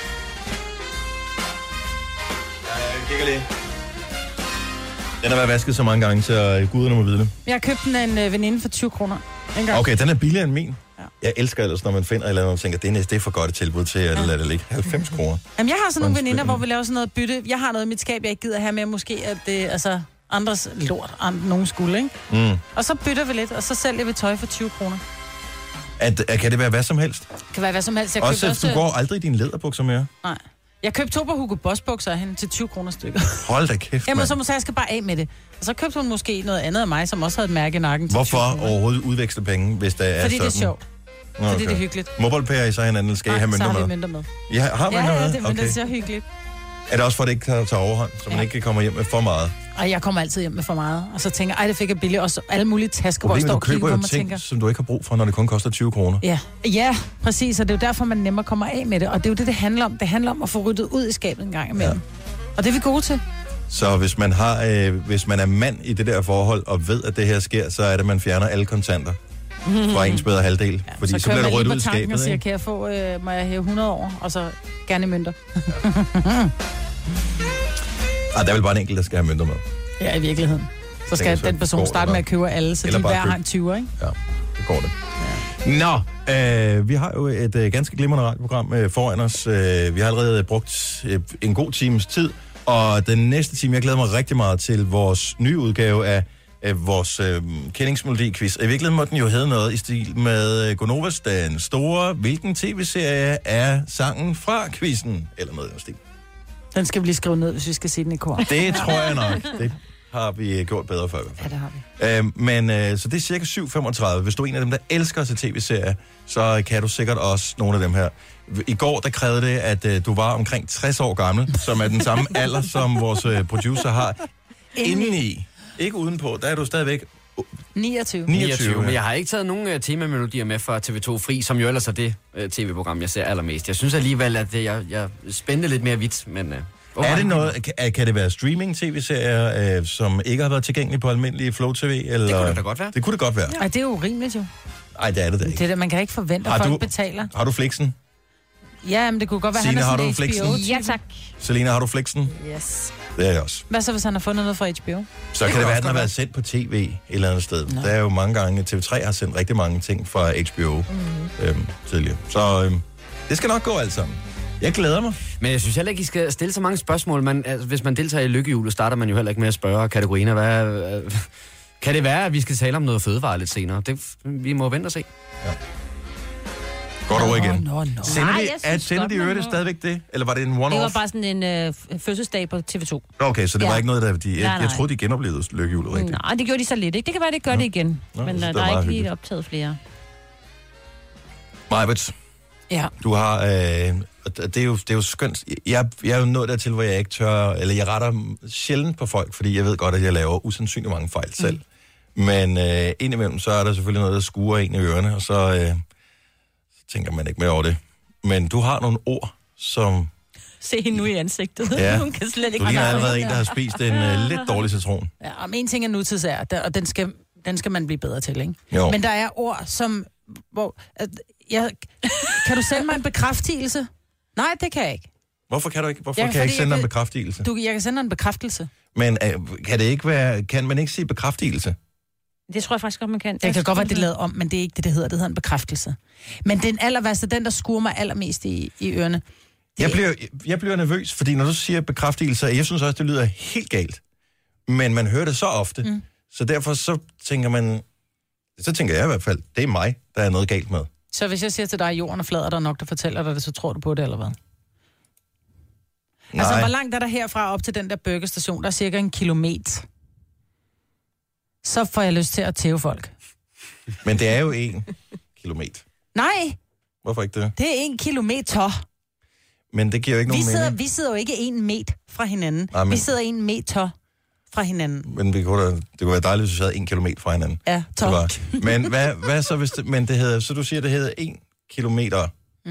Ja, jeg kigger lige. Den har været vasket så mange gange, så guderne må vide det. Jeg har købt den af en veninde for 20 kroner. Okay, den er billigere end min. Ja. Jeg elsker ellers, når man finder et eller andet, og tænker, det er for godt et tilbud til at lade det ligge. 90 kroner. Jamen, jeg har sådan nogle veninder, hvor vi laver sådan noget bytte. Jeg har noget i mit skab, jeg ikke gider have med, måske at det andres lort, nogen skulle, ikke? Og så bytter vi lidt, og så sælger vi tøj for 20 kroner. Kan det være hvad som helst? Det kan være hvad som helst. Du går aldrig i dine læderbukser mere? Nej. Jeg købte 2 på Hugo Boss bukser af hende til 20 kroner stykker. Hold da kæft, Jamen, så må jeg skal bare af med det. Og så købte hun måske noget andet af mig, som også havde et mærke i nakken til Hvorfor overhovedet udveksle penge, hvis det er fordi sådan? Det er sjovt. Okay. Fordi det er hyggeligt. Mobile-pærer I så hinanden, eller skal I have mønter med? så har vi mønter med. Ja, har man noget? Ja, det, men det er så hyggeligt. Er det også for, at det ikke tager overhånd, så man ikke kommer hjem med for meget? Og jeg kommer altid hjem med for meget. Og så tænker jeg, det fik jeg billigt. Og så alle mulige tasker, hvor jeg står og kigger på mig og tænker... som du ikke har brug for, når det kun koster 20 kroner. Ja, præcis. Og det er jo derfor, man nemmere kommer af med det. Og det er jo det handler om. Det handler om at få ryddet ud i skabet en gang imellem. Ja. Og det er vi gode til. Så hvis man er mand i det der forhold, og ved, at det her sker, så er det, at man fjerner alle kontanter fra ens bedre halvdel. Ja, fordi så bliver det ryddet ud i skabet. Og siger, kan jeg få, må jeg hæve 100 år, og så gerne i mønter. Der er vel bare en enkelt, der skal have mønter med. Ja, i virkeligheden. Så skal den person starte med at købe alle, så de hver har en 20'er, ikke? Ja, det går det. Ja. Nå, vi har jo et ganske glimrende radioprogram foran os. Vi har allerede brugt en god times tid, og den næste time, jeg glæder mig rigtig meget til vores nye udgave af vores kendingsmelodi-quiz. I virkeligheden må den jo hedde noget i stil med Gonovas Den Store. Hvilken tv-serie er sangen fra quizzen? Eller noget i den stil. Den skal vi lige skrive ned, hvis vi skal se den i kor. Det tror jeg nok. har vi gjort bedre før. Ja, det har vi. Men så det er cirka 7:35. Hvis du er en af dem, der elsker at se tv-serier, så kan du sikkert også nogle af dem her. I går, der krævede det, at du var omkring 60 år gammel, som er den samme alder, som vores producer har. Indeni, ikke udenpå, der er du stadigvæk 29. Men jeg har ikke taget nogen temamelodier med fra TV2 Fri, som jo ellers er det tv-program, jeg ser allermest. Jeg synes alligevel, at jeg spændte lidt mere vidt, men... Er det noget, kan det være streaming-tv-serier, som ikke har været tilgængelige på almindelige Flow TV? Eller? Det kunne det da godt være. Det kunne det godt være. Ej, det er jo urimeligt jo. Nej, det er det da ikke. Det er det, man kan ikke forvente, at folk betaler. Har du Flixen? Ja, men det kunne godt være, Signe, han er har sådan du HBO. Flixen? Ja, tak. Selina, har du Flixen? Yes. Det er jeg også. Hvad så, hvis han har fundet noget fra HBO? Så kan det være, at den har været sendt på tv et eller andet sted. Der er jo mange gange, TV3 har sendt rigtig mange ting fra HBO tidligere. Så det skal nok gå alt sammen. Jeg glæder mig. Men jeg synes heller ikke, I skal stille så mange spørgsmål. Hvis man deltager i lykkehjulet, starter man jo heller ikke med at spørge kategorien. Kan det være, at vi skal tale om noget fødevare lidt senere? Vi må vente og se. Ja. Godt over igen. Nej, Sender de øvrigt stadigvæk det? Eller var det en one-off? Det var bare sådan en fødselsdag på TV2. Okay, så det var ikke noget, der... Jeg troede, de genoplevede lykkehjulet rigtigt. Nej, det gjorde de så lidt, ikke? Det kan være, det gør det igen. Nå, men der er ikke lige optaget flere. Majbert, ja. Du har... det er jo skønt. Jeg er jo nået dertil, hvor jeg ikke tør... Eller jeg retter sjældent på folk, fordi jeg ved godt, at jeg laver usandsynligt mange fejl selv. Men indimellem, så er der selvfølgelig noget, der skuer en i ørerne, og så tænker man ikke mere over det. Men du har nogle ord, som... Se hende nu i ansigtet. Ja. Hun kan slet ikke... Du ligner allerede en, der har spist en lidt dårlig citron. Ja, om en ting er nutidsær, og den skal man blive bedre til, ikke? Jo. Men der er ord, som... Kan du sende mig en bekræftelse? Nej, det kan jeg ikke. Hvorfor kan du ikke? Hvorfor kan jeg ikke sende dig en bekræftelse? Jeg kan sende dig en bekræftelse. Men kan det ikke være... Kan man ikke sige bekræftelse? Det tror jeg faktisk godt, man kan. Det kan godt være, det er lavet om, men det er ikke det hedder en bekræftelse. Men den allerværste, den der skuer mig allermest i ørerne. Jeg bliver nervøs, fordi når du siger bekræftelse, jeg synes også, det lyder helt galt. Men man hører det så ofte, så derfor så tænker jeg i hvert fald, det er mig, der er noget galt med. Så hvis jeg siger til dig, at jorden er flad, og der er nok, der fortæller dig det, så tror du på det, eller hvad? Nej. Altså, hvor langt er der herfra op til den der burgerstation? Der er cirka 1 kilometer. Så får jeg lyst til at tæve folk. Men det er jo 1 kilometer. Nej. Hvorfor ikke det? Det er 1 kilometer. Men det giver jo ikke nogen mening. Vi sidder jo ikke 1 meter fra hinanden. Nej, vi sidder 1 meter fra hinanden. Men det kunne være dejligt, hvis vi sad 1 kilometer fra hinanden. Ja, top. Men hvad så, hvis det... Men det hedder... Så du siger, det hedder 1 kilometer.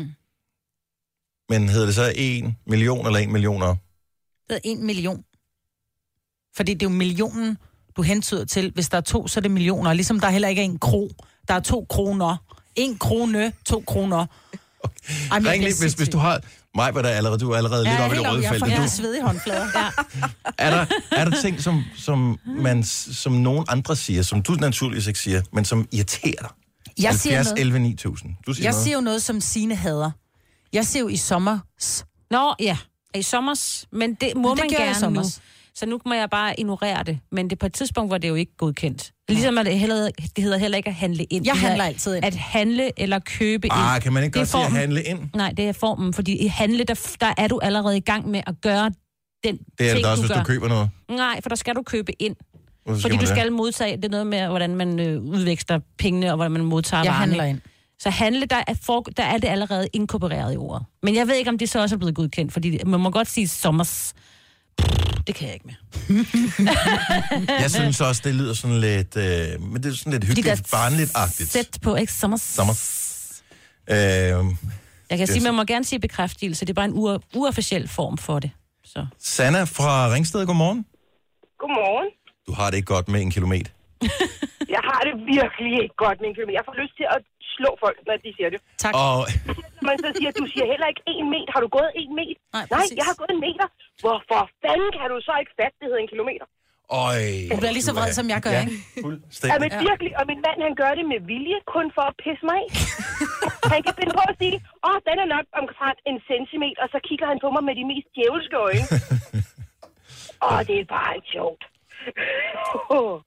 Men hedder det så 1 million eller 1 millioner? Det hedder 1 million. Fordi det er jo millionen, du hentyder til. Hvis der er 2, så er det millioner. Ligesom der heller ikke er 1 kro. Der er 2 kroner. 1 krone, 2 kroner. Okay. Ring lige, hvis du har... Mig var der allerede, du er allerede lidt oppe i det røde felt. Jeg får sved i håndflader. Ja. Er der ting, som nogen andre siger, som du naturligvis ikke siger, men som irriterer dig? Jeg siger noget. 11 9000. Du siger jeg noget? siger jo noget, som Signe hader. Jeg siger jo i sommers. Nå, ja. I sommers. Men det må man gerne nu. Så nu må jeg bare ignorere det. Men det på et tidspunkt var det jo ikke godkendt. Ligesom at det hedder heller ikke at handle ind. Jeg handler altid ind. At handle eller købe ind. Kan man ikke godt sige at handle ind? Nej, det er formen. Fordi i handle, der er du allerede i gang med at gøre den ting, det er det også, hvis du køber noget? Nej, for der skal du købe ind. Fordi du skal modtage. Det er noget med, hvordan man udveksler pengene, og hvordan man modtager varerne. Jeg handler ind. Så handle, der er det allerede inkorporeret i ordet. Men jeg ved ikke, om det så også er blevet godkendt, fordi man må godt sige sommers. Det kan jeg ikke mere. Jeg synes også, det lyder sådan lidt... men det er sådan lidt hyggeligt, barnligt-agtigt. Sæt på, ikke? Sommers. Jeg kan sige, man må gerne sige bekræftelse. Det er bare en uofficiel form for det. Så. Sanna fra Ringsted, godmorgen. Godmorgen. Du har det ikke godt med 1 kilometer. Jeg har det virkelig ikke godt med 1 kilometer. Jeg får lyst til at slå folk, når de siger det. Tak. Man så siger, du siger heller ikke 1 meter. Har du gået 1 meter? Nej, jeg har gået 1 meter. Hvorfor fanden kan du så ikke fatte, det hedder 1 kilometer? Du bliver lige så vred, som jeg gør, ikke? Ja, men virkelig. Og min mand, han gør det med vilje, kun for at pisse mig af. Han kan finde på at sige, den er nok omkring 1 centimeter, og så kigger han på mig med de mest djævelske øjne. Det er bare ikke sjovt.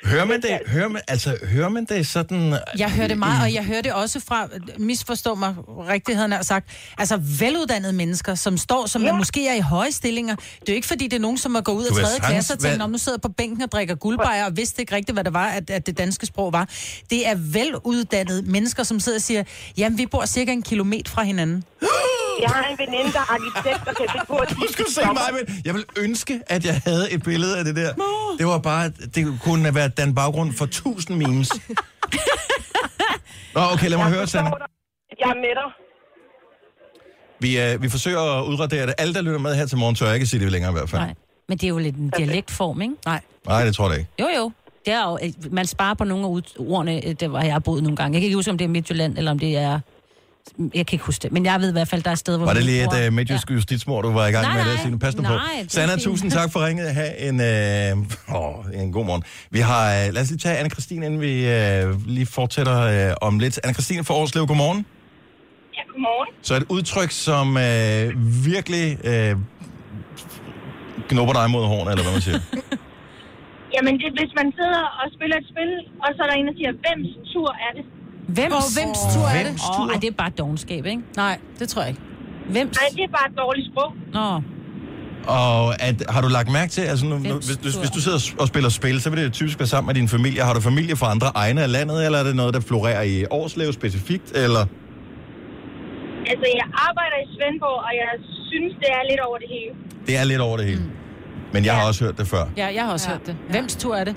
Hører man det sådan... Jeg hører det meget, og jeg hører det også fra, misforstå mig rigtigt, havde han sagt, altså veluddannede mennesker, som står, som måske er i høje stillinger. Det er jo ikke, fordi det er nogen, som er gået ud af 3. klasse og tænker, nu sidder på bænken og drikker guldbajer, og vidste ikke rigtigt, hvad det var, at det danske sprog var. Det er veluddannede mennesker, som sidder og siger, jamen, vi bor cirka 1 kilometer fra hinanden. Jeg har en veninde, der er arkitekt, og kan finde på at sige jeg vil ønske, at jeg havde et billede af det der. Det var bare, det kunne være den baggrund for 1000 memes. Nå, okay, lad mig høre, Sanne. Jeg er med dig. Vi forsøger at udradere det. Alle, der lytter med her til morgen, tør jeg ikke sige det længere i hvert fald. Nej, men det er jo lidt en dialektform, ikke? Nej, det tror jeg ikke. Jo. Det er jo, man sparer på nogle af ordene, der hvor jeg har boet nogle gange. Jeg kan ikke huske, om det er Midtjylland, eller om det er... Jeg kan ikke huske det, men jeg ved i hvert fald, der er steder, hvor... Var det lige et midtjysk justitsmord, du var i gang med det? Signe? Pas nu på. Sanna, tusind tak for ringet. Ha' en god morgen. Vi har... lad os lige tage Anne-Christine, inden vi lige fortsætter om lidt. Anne-Christine fra Årslev, godmorgen. Ja, godmorgen. Så et udtryk, som virkelig knupper dig mod hårene, eller hvad man siger? Jamen, det, hvis man sidder og spiller et spil, og så er der en, der siger, hvems tur er det? Hvems tur er det? Ej, det er bare dovenskab, ikke? Nej, det tror jeg ikke. Hvems? Nej, det er bare et dårligt sprog. Nå. Og har du lagt mærke til, altså hvis du sidder og spiller spil, så vil det typisk være sammen med din familie. Har du familie fra andre egne af landet, eller er det noget, der florerer i Årslev specifikt, eller? Altså, jeg arbejder i Svendborg, og jeg synes, det er lidt over det hele. Det er lidt over det hele. Men jeg har også hørt det før. Ja, jeg har også hørt det. Hvems tur er det?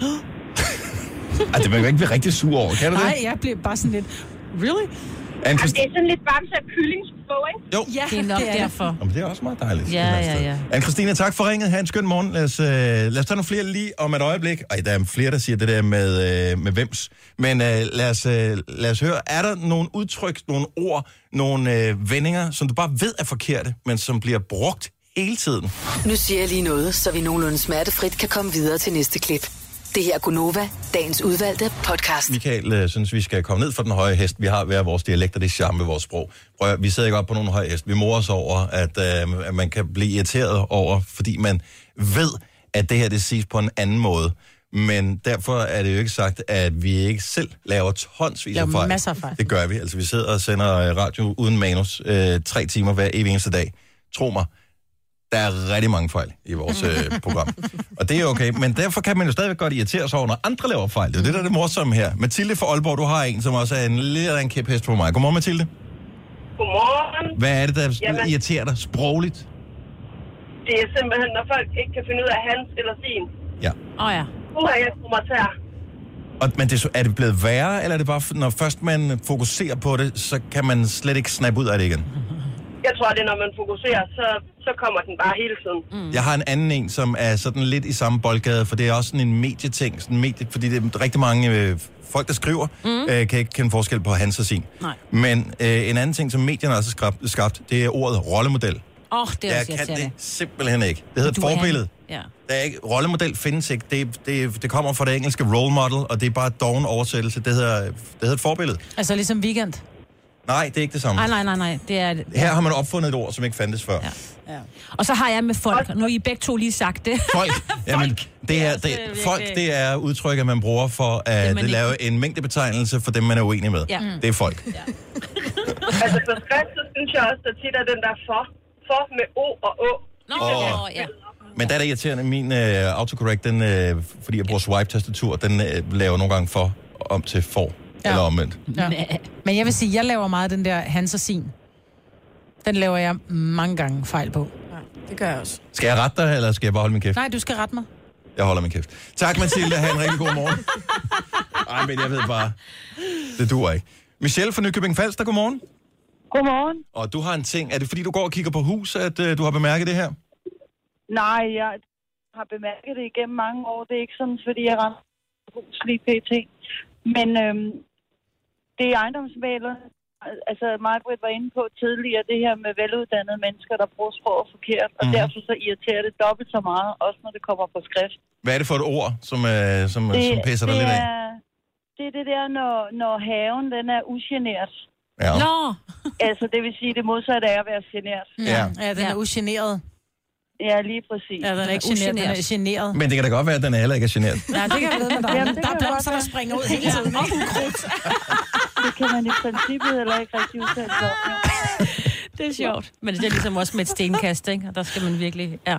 Ej, det vil man ikke blive rigtig sur over, kan du det? Nej, jeg bliver bare sådan lidt... Really? Jamen, det er sådan lidt bamse af kyllingsprog, ikke? Jo. Ja, det er nok derfor. Jamen, det er også meget dejligt. Ja. Anne-Christine, tak for ringet. Ha' en skøn morgen. Lad os tage nogle flere lige om et øjeblik. Ej, der er flere, der siger det der med hvems. Men lad os høre, er der nogle udtryk, nogle ord, nogle vendinger, som du bare ved er forkerte, men som bliver brugt hele tiden? Nu siger jeg lige noget, så vi nogenlunde smertefrit kan komme videre til næste klip. Det her er Gunova, dagens udvalgte podcast. Michael synes, vi skal komme ned for den høje hest. Vi har hver vores dialekt, og det er charme ved vores sprog. Prøv, vi sidder ikke op på nogen høje hest. Vi morer os over, at man kan blive irriteret over, fordi man ved, at det her det siges på en anden måde. Men derfor er det jo ikke sagt, at vi ikke selv laver tonsvis af fejl. Masser af fejl. Det gør vi. Altså, vi sidder og sender radio uden manus 3 timer hver evig eneste dag. Tro mig. Der er rigtig mange fejl i vores program. Og det er okay, men derfor kan man jo stadigvæk godt irritere sig over, når andre laver fejl. Det er det, der er det morsomme her. Mathilde fra Aalborg, du har en, som også er en lidt af en kæphest for mig. Godmorgen, Mathilde. Godmorgen. Hvad er det, der irriterer dig sprogligt? Det er simpelthen, når folk ikke kan finde ud af hans eller sin. Ja. Ja. Nu har jeg kommer til. Men er det blevet værre, eller er det bare, når først man fokuserer på det, så kan man slet ikke snappe ud af det igen? Jeg tror, det er, når man fokuserer, så kommer den bare hele tiden. Jeg har en anden en, som er sådan lidt i samme boldgade, for det er også sådan en medieting, fordi det er rigtig mange folk, der skriver, kan ikke kende forskel på hans og sin. Nej. Men en anden ting, som medierne også har skabt, det er ordet rollemodel. Det er også, jeg kan det simpelthen ikke. Det hedder et forbillede. Ja. Der er ikke, rollemodel findes ikke. Det kommer fra det engelske role model, og det er bare doven oversættelse. Det hedder et forbillede. Altså ligesom weekend? Nej, det er ikke det samme. Nej. Det er, Her har man opfundet et ord, som ikke fandtes før. Ja. Og så har jeg med folk. Nu har I begge to lige sagt det. Folk. Jamen, det er udtryk, at man bruger for at lave en mængdebetegnelse for dem, man er uenig med. Ja. Det er folk. Ja. Altså på skrift, så synes jeg også, at tit er den der for med O og Å. Ja. Men der er det irriterende. Min autocorrect, fordi jeg bruger swipe-tastatur, den laver nogle gange for om til for. Ja. Eller omvendt. Ja. Men jeg vil sige, jeg laver meget den der hans og sin. Den laver jeg mange gange fejl på. Ja, det gør jeg også. Skal jeg rette dig, eller skal jeg bare holde min kæft? Nej, du skal rette mig. Jeg holder min kæft. Tak, Mathilde. Ha' en rigtig god morgen. Ej, men jeg ved bare, det duer ikke. Michelle fra Nykøbing Falster, godmorgen. Godmorgen. Og du har en ting. Er det fordi, du går og kigger på hus, at du har bemærket det her? Nej, jeg har bemærket det igennem mange år. Det er ikke sådan, fordi jeg rammer hus lige pt. Men det er ejendomsmæglere. Altså, Margaret var inde på tidligere, det her med veluddannede mennesker, der bruger sproget forkert. Og derfor så irriterer det dobbelt så meget, også når det kommer på skrift. Hvad er det for et ord, som pisser dig lidt af? Det er det der, når haven, den er ugenert. Ja. Nå! Altså, det vil sige, det modsatte er at være genert. Ja, den er ugeneret. Ja, lige præcis. Ja, den er ikke generet. Den er generet. Men det kan da godt være, at den er heller ikke er generet. Ja, det kan jeg ved med dig. Jamen, Der er blomster, der springer ud hele tiden. Og ukrudt. Det kan man i princippet heller ikke rigtig udtale sig om. Det er sjovt. Men det er ligesom også med et stenkast, ikke? Og der skal man virkelig... Ja.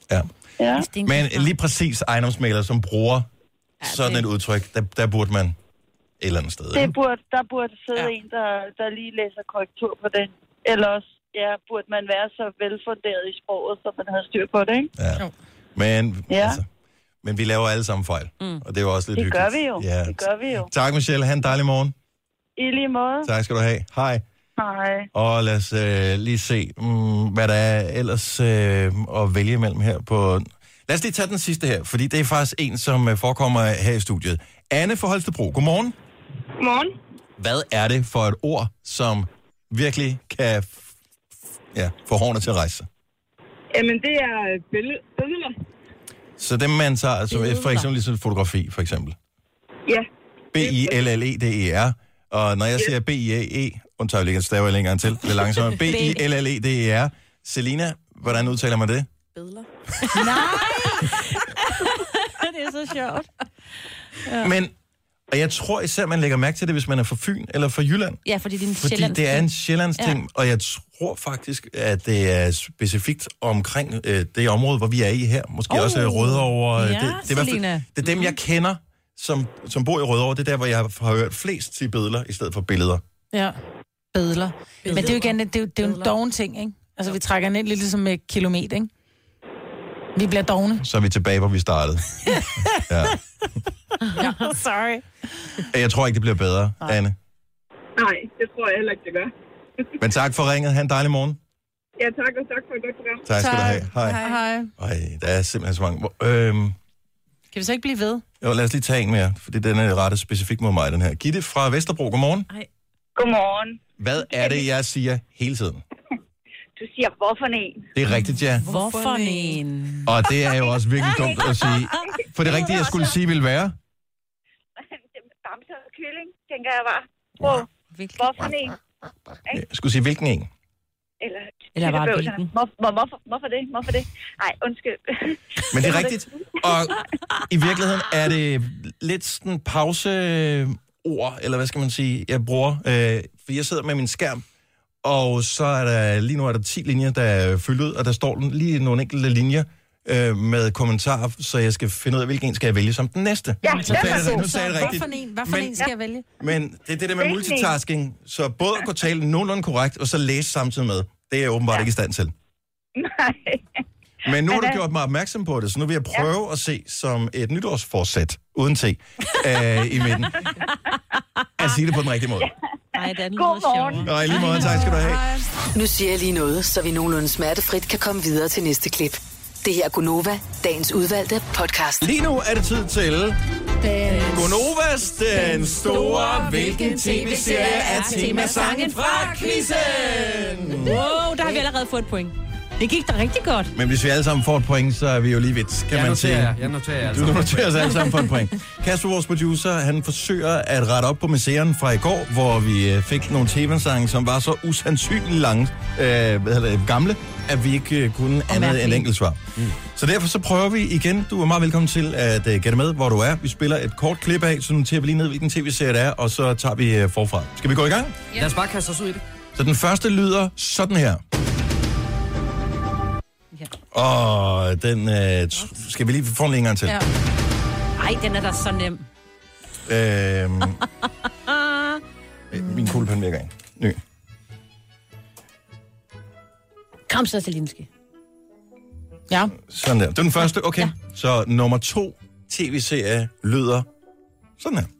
Men lige præcis ejendomsmæglere, som bruger sådan et udtryk, der burde man et eller andet sted. Der burde sidde en, der lige læser korrektur på den. Ellers burde man være så velfunderet i sproget, så man havde styr på det, ikke? Ja. Men vi laver alle sammen fejl. Og det er jo også lidt hyggeligt. Det gør vi jo. Tak, Michelle. Ha' en dejlig morgen. I lige måde. Tak skal du have. Hej. Hej. Og lad os lige se, hvad der er ellers at vælge imellem her på... Lad os lige tage den sidste her, fordi det er faktisk en, som forekommer her i studiet. Anne fra Holstebro, godmorgen. Godmorgen. Hvad er det for et ord, som virkelig kan få hårene til at rejse sig? Jamen, det er billeder. Så dem man tager, altså for eksempel ligesom fotografi, for eksempel? Ja. B-I-L-L-E-D-E-R. Og når jeg siger B-I-A-E, undtager jeg staver jeg en gang til, lidt langsommere. B-I-L-L-E-D-E-R. Selina, hvordan udtaler man det? Billeder. Nej! Det er så sjovt. Ja. Men, og jeg tror især, man lægger mærke til det, hvis man er fra Fyn eller fra Jylland. Ja, fordi det er en sjællandsk ting. Det er en sjællandsk ting, og jeg tror faktisk, at det er specifikt omkring det område, hvor vi er i her. Måske også Rødovre. Ja, det er dem, jeg kender, som bor i Rødovre. Det er der, hvor jeg har hørt flest sige billeder, i stedet for billeder. Ja, billeder. Men det er jo igen, det er jo en doven ting, ikke? Altså, vi trækker ned lidt ligesom med kilometer, ikke? Vi bliver dogne. Så er vi tilbage, hvor vi startede. Ja. Sorry. Jeg tror ikke, det bliver bedre, Anne. Nej, det tror jeg heller ikke, det gør. Men tak for ringet. Ha' en dejlig morgen. Ja, tak, og tak for et godt program. Tak skal du have. Hej. Ej, der er simpelthen så mange. Kan vi så ikke blive ved? Jo, lad os lige tage en mere, fordi den er rettet specifikt mod mig, den her. Gitte fra Vesterbro, godmorgen. Hej. Godmorgen. Hvad er det, jeg siger hele tiden? Du siger, hvorfor en? Det er rigtigt, ja. Hvorfor en? Og det er jo også virkelig dumt at sige. For det rigtige, jeg skulle sige, ville være? Bamse og kylling, tænker jeg bare. Hvorfor en? Jeg skulle sige, hvilken en? Eller bare hvilken? Hvorfor det? Nej, undskyld. Men det er rigtigt. Og i virkeligheden er det lidt sådan pauseord, eller hvad skal man sige, jeg bruger. For jeg sidder med min skærm, og så er der lige nu 10 linjer, der er fyldt ud, og der står lige nogle enkelte linjer med kommentarer, så jeg skal finde ud af, hvilken en skal jeg vælge som den næste. Ja, nu sagde jeg det rigtigt. Hvad for en skal jeg vælge? Men det er det der med multitasking, så både at kunne tale nogenlunde korrekt, og så læse samtidig med, det er jeg åbenbart ikke i stand til. Nej. Men nu har du gjort mig opmærksom på det, så nu vil jeg prøve at se som et nytårsforsæt, uden T, i midten, at sige det på den rigtige måde. Nej, det er den Godmorgen. Og i lige måde, tak skal du have. Nu siger jeg lige noget, så vi nogenlunde smertefrit kan komme videre til næste klip. Det her er Gunova, dagens udvalgte podcast. Lige nu er det tid til Gunovas, den store hvilken tv-serie er temasangen fra quizzen. Wow, der har vi allerede fået et point. Det gik da rigtig godt. Men hvis vi alle sammen får et point, så er vi jo lige vidt, kan man sige. Jeg noterer Du noterer os alle sammen for et point. Kasper, vores producer, han forsøger at rette op på misæren fra i går, hvor vi fik nogle temasange, som var så usandsynligt lange, gamle, at vi ikke kunne andet end enkelt svar. Så derfor så prøver vi igen. Du er meget velkommen til at gætte med, hvor du er. Vi spiller et kort klip af, så noterer vi lige ned, hvilken tv-serie det er, og så tager vi forfra. Skal vi gå i gang? Ja. Lad os bare kaste os ud i det. Så den første lyder sådan her. Og den skal vi lige få en gang til. Ja. Ej, den er da så nem. Min kuglepen virker ikke. Ny. Kramser Selinski. Ja. Sådan der. Det er den første. Okay. Ja. Så nummer 2 tv-serie lyder sådan her.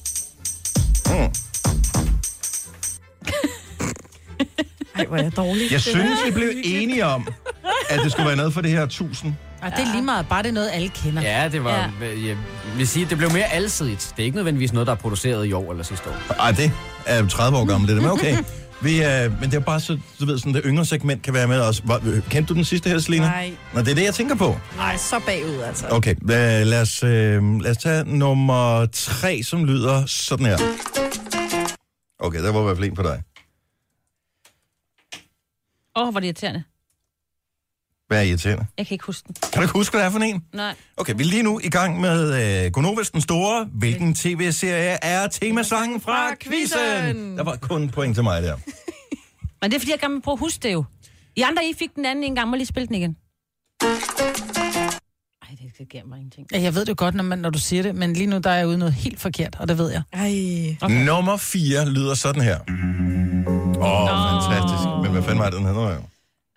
Ej, hvor er jeg dårlig. Jeg synes, vi blev enige om, at det skulle være noget for det her 1000. Og det er lige meget, bare det er noget, alle kender. Ja, det var... Jeg vil sige, det blev mere alsidigt. Det er ikke nødvendigvis noget, der er produceret i år eller sidste år. Ej, det er 30 år gammelt, det er men okay. Men det er bare så, du ved, sådan det yngre segment kan være med os. Kendte du den sidste her, Selina? Nej. Nå, det er det, jeg tænker på. Nej, så bagud, altså. Okay, lad os tage nummer 3, som lyder sådan her. Okay, der var i hvert fald en på dig. Hvor er det irriterende. Hvad er irriterende? Jeg kan ikke huske den. Kan du ikke huske, hvad det er for en? Nej. Okay, vi er lige nu i gang med Gonovas den store. Hvilken tv-serie er temasangen fra quizzen? Der var kun en point til mig der. Men det er, fordi jeg gerne vil prøve at huske det jo. I andre, I fik den anden en gang, må lige spille den igen. Ej, det giver mig ingenting. Ja, jeg ved det godt, når du siger det, men lige nu der er jeg ude noget helt forkert, og det ved jeg. Okay. Nummer 4 lyder sådan her. Fantastisk. Men hvad fanden var det, den hedder jo?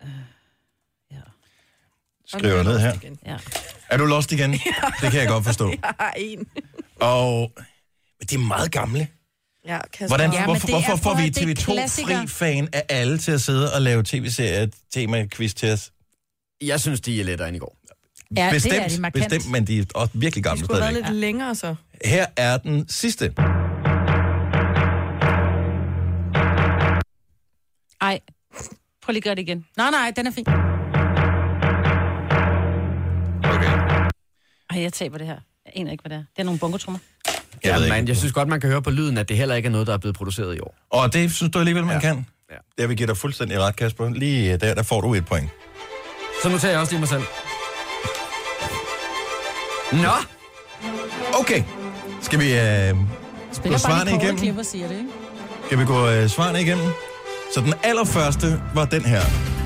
Skriver ned her. Ja. Er du lost igen? Det kan jeg godt forstå. Jeg har en. Og de er meget gamle. Ja, hvorfor får vi TV2-fri-fan af alle til at sidde og lave tv-serie-tema-quiz til os? Jeg synes, de er lettere end i går. Ja, bestemt, det er de markant. Bestemt, men de er også virkelig gamle stadigvæk. Det skulle være lidt længere så. Her er den sidste. Ej, prøv lige at gøre det igen. Nej, den er fin. Okay. Ej, jeg taber det her. Jeg aner ikke, hvad det er. Det er nogle bongotrummer. Jeg synes godt, man kan høre på lyden, at det heller ikke er noget, der er blevet produceret i år. Og det synes du alligevel, man kan? Ja. Jeg vil give dig fuldstændig ret, Kasper. Lige der får du 1 point. Så nu tager jeg også lige mig selv. Nå! Okay. Skal vi gå svarene igennem? Klipper, siger det, ikke? Skal vi gå svarene igennem? Så den allerførste var den her.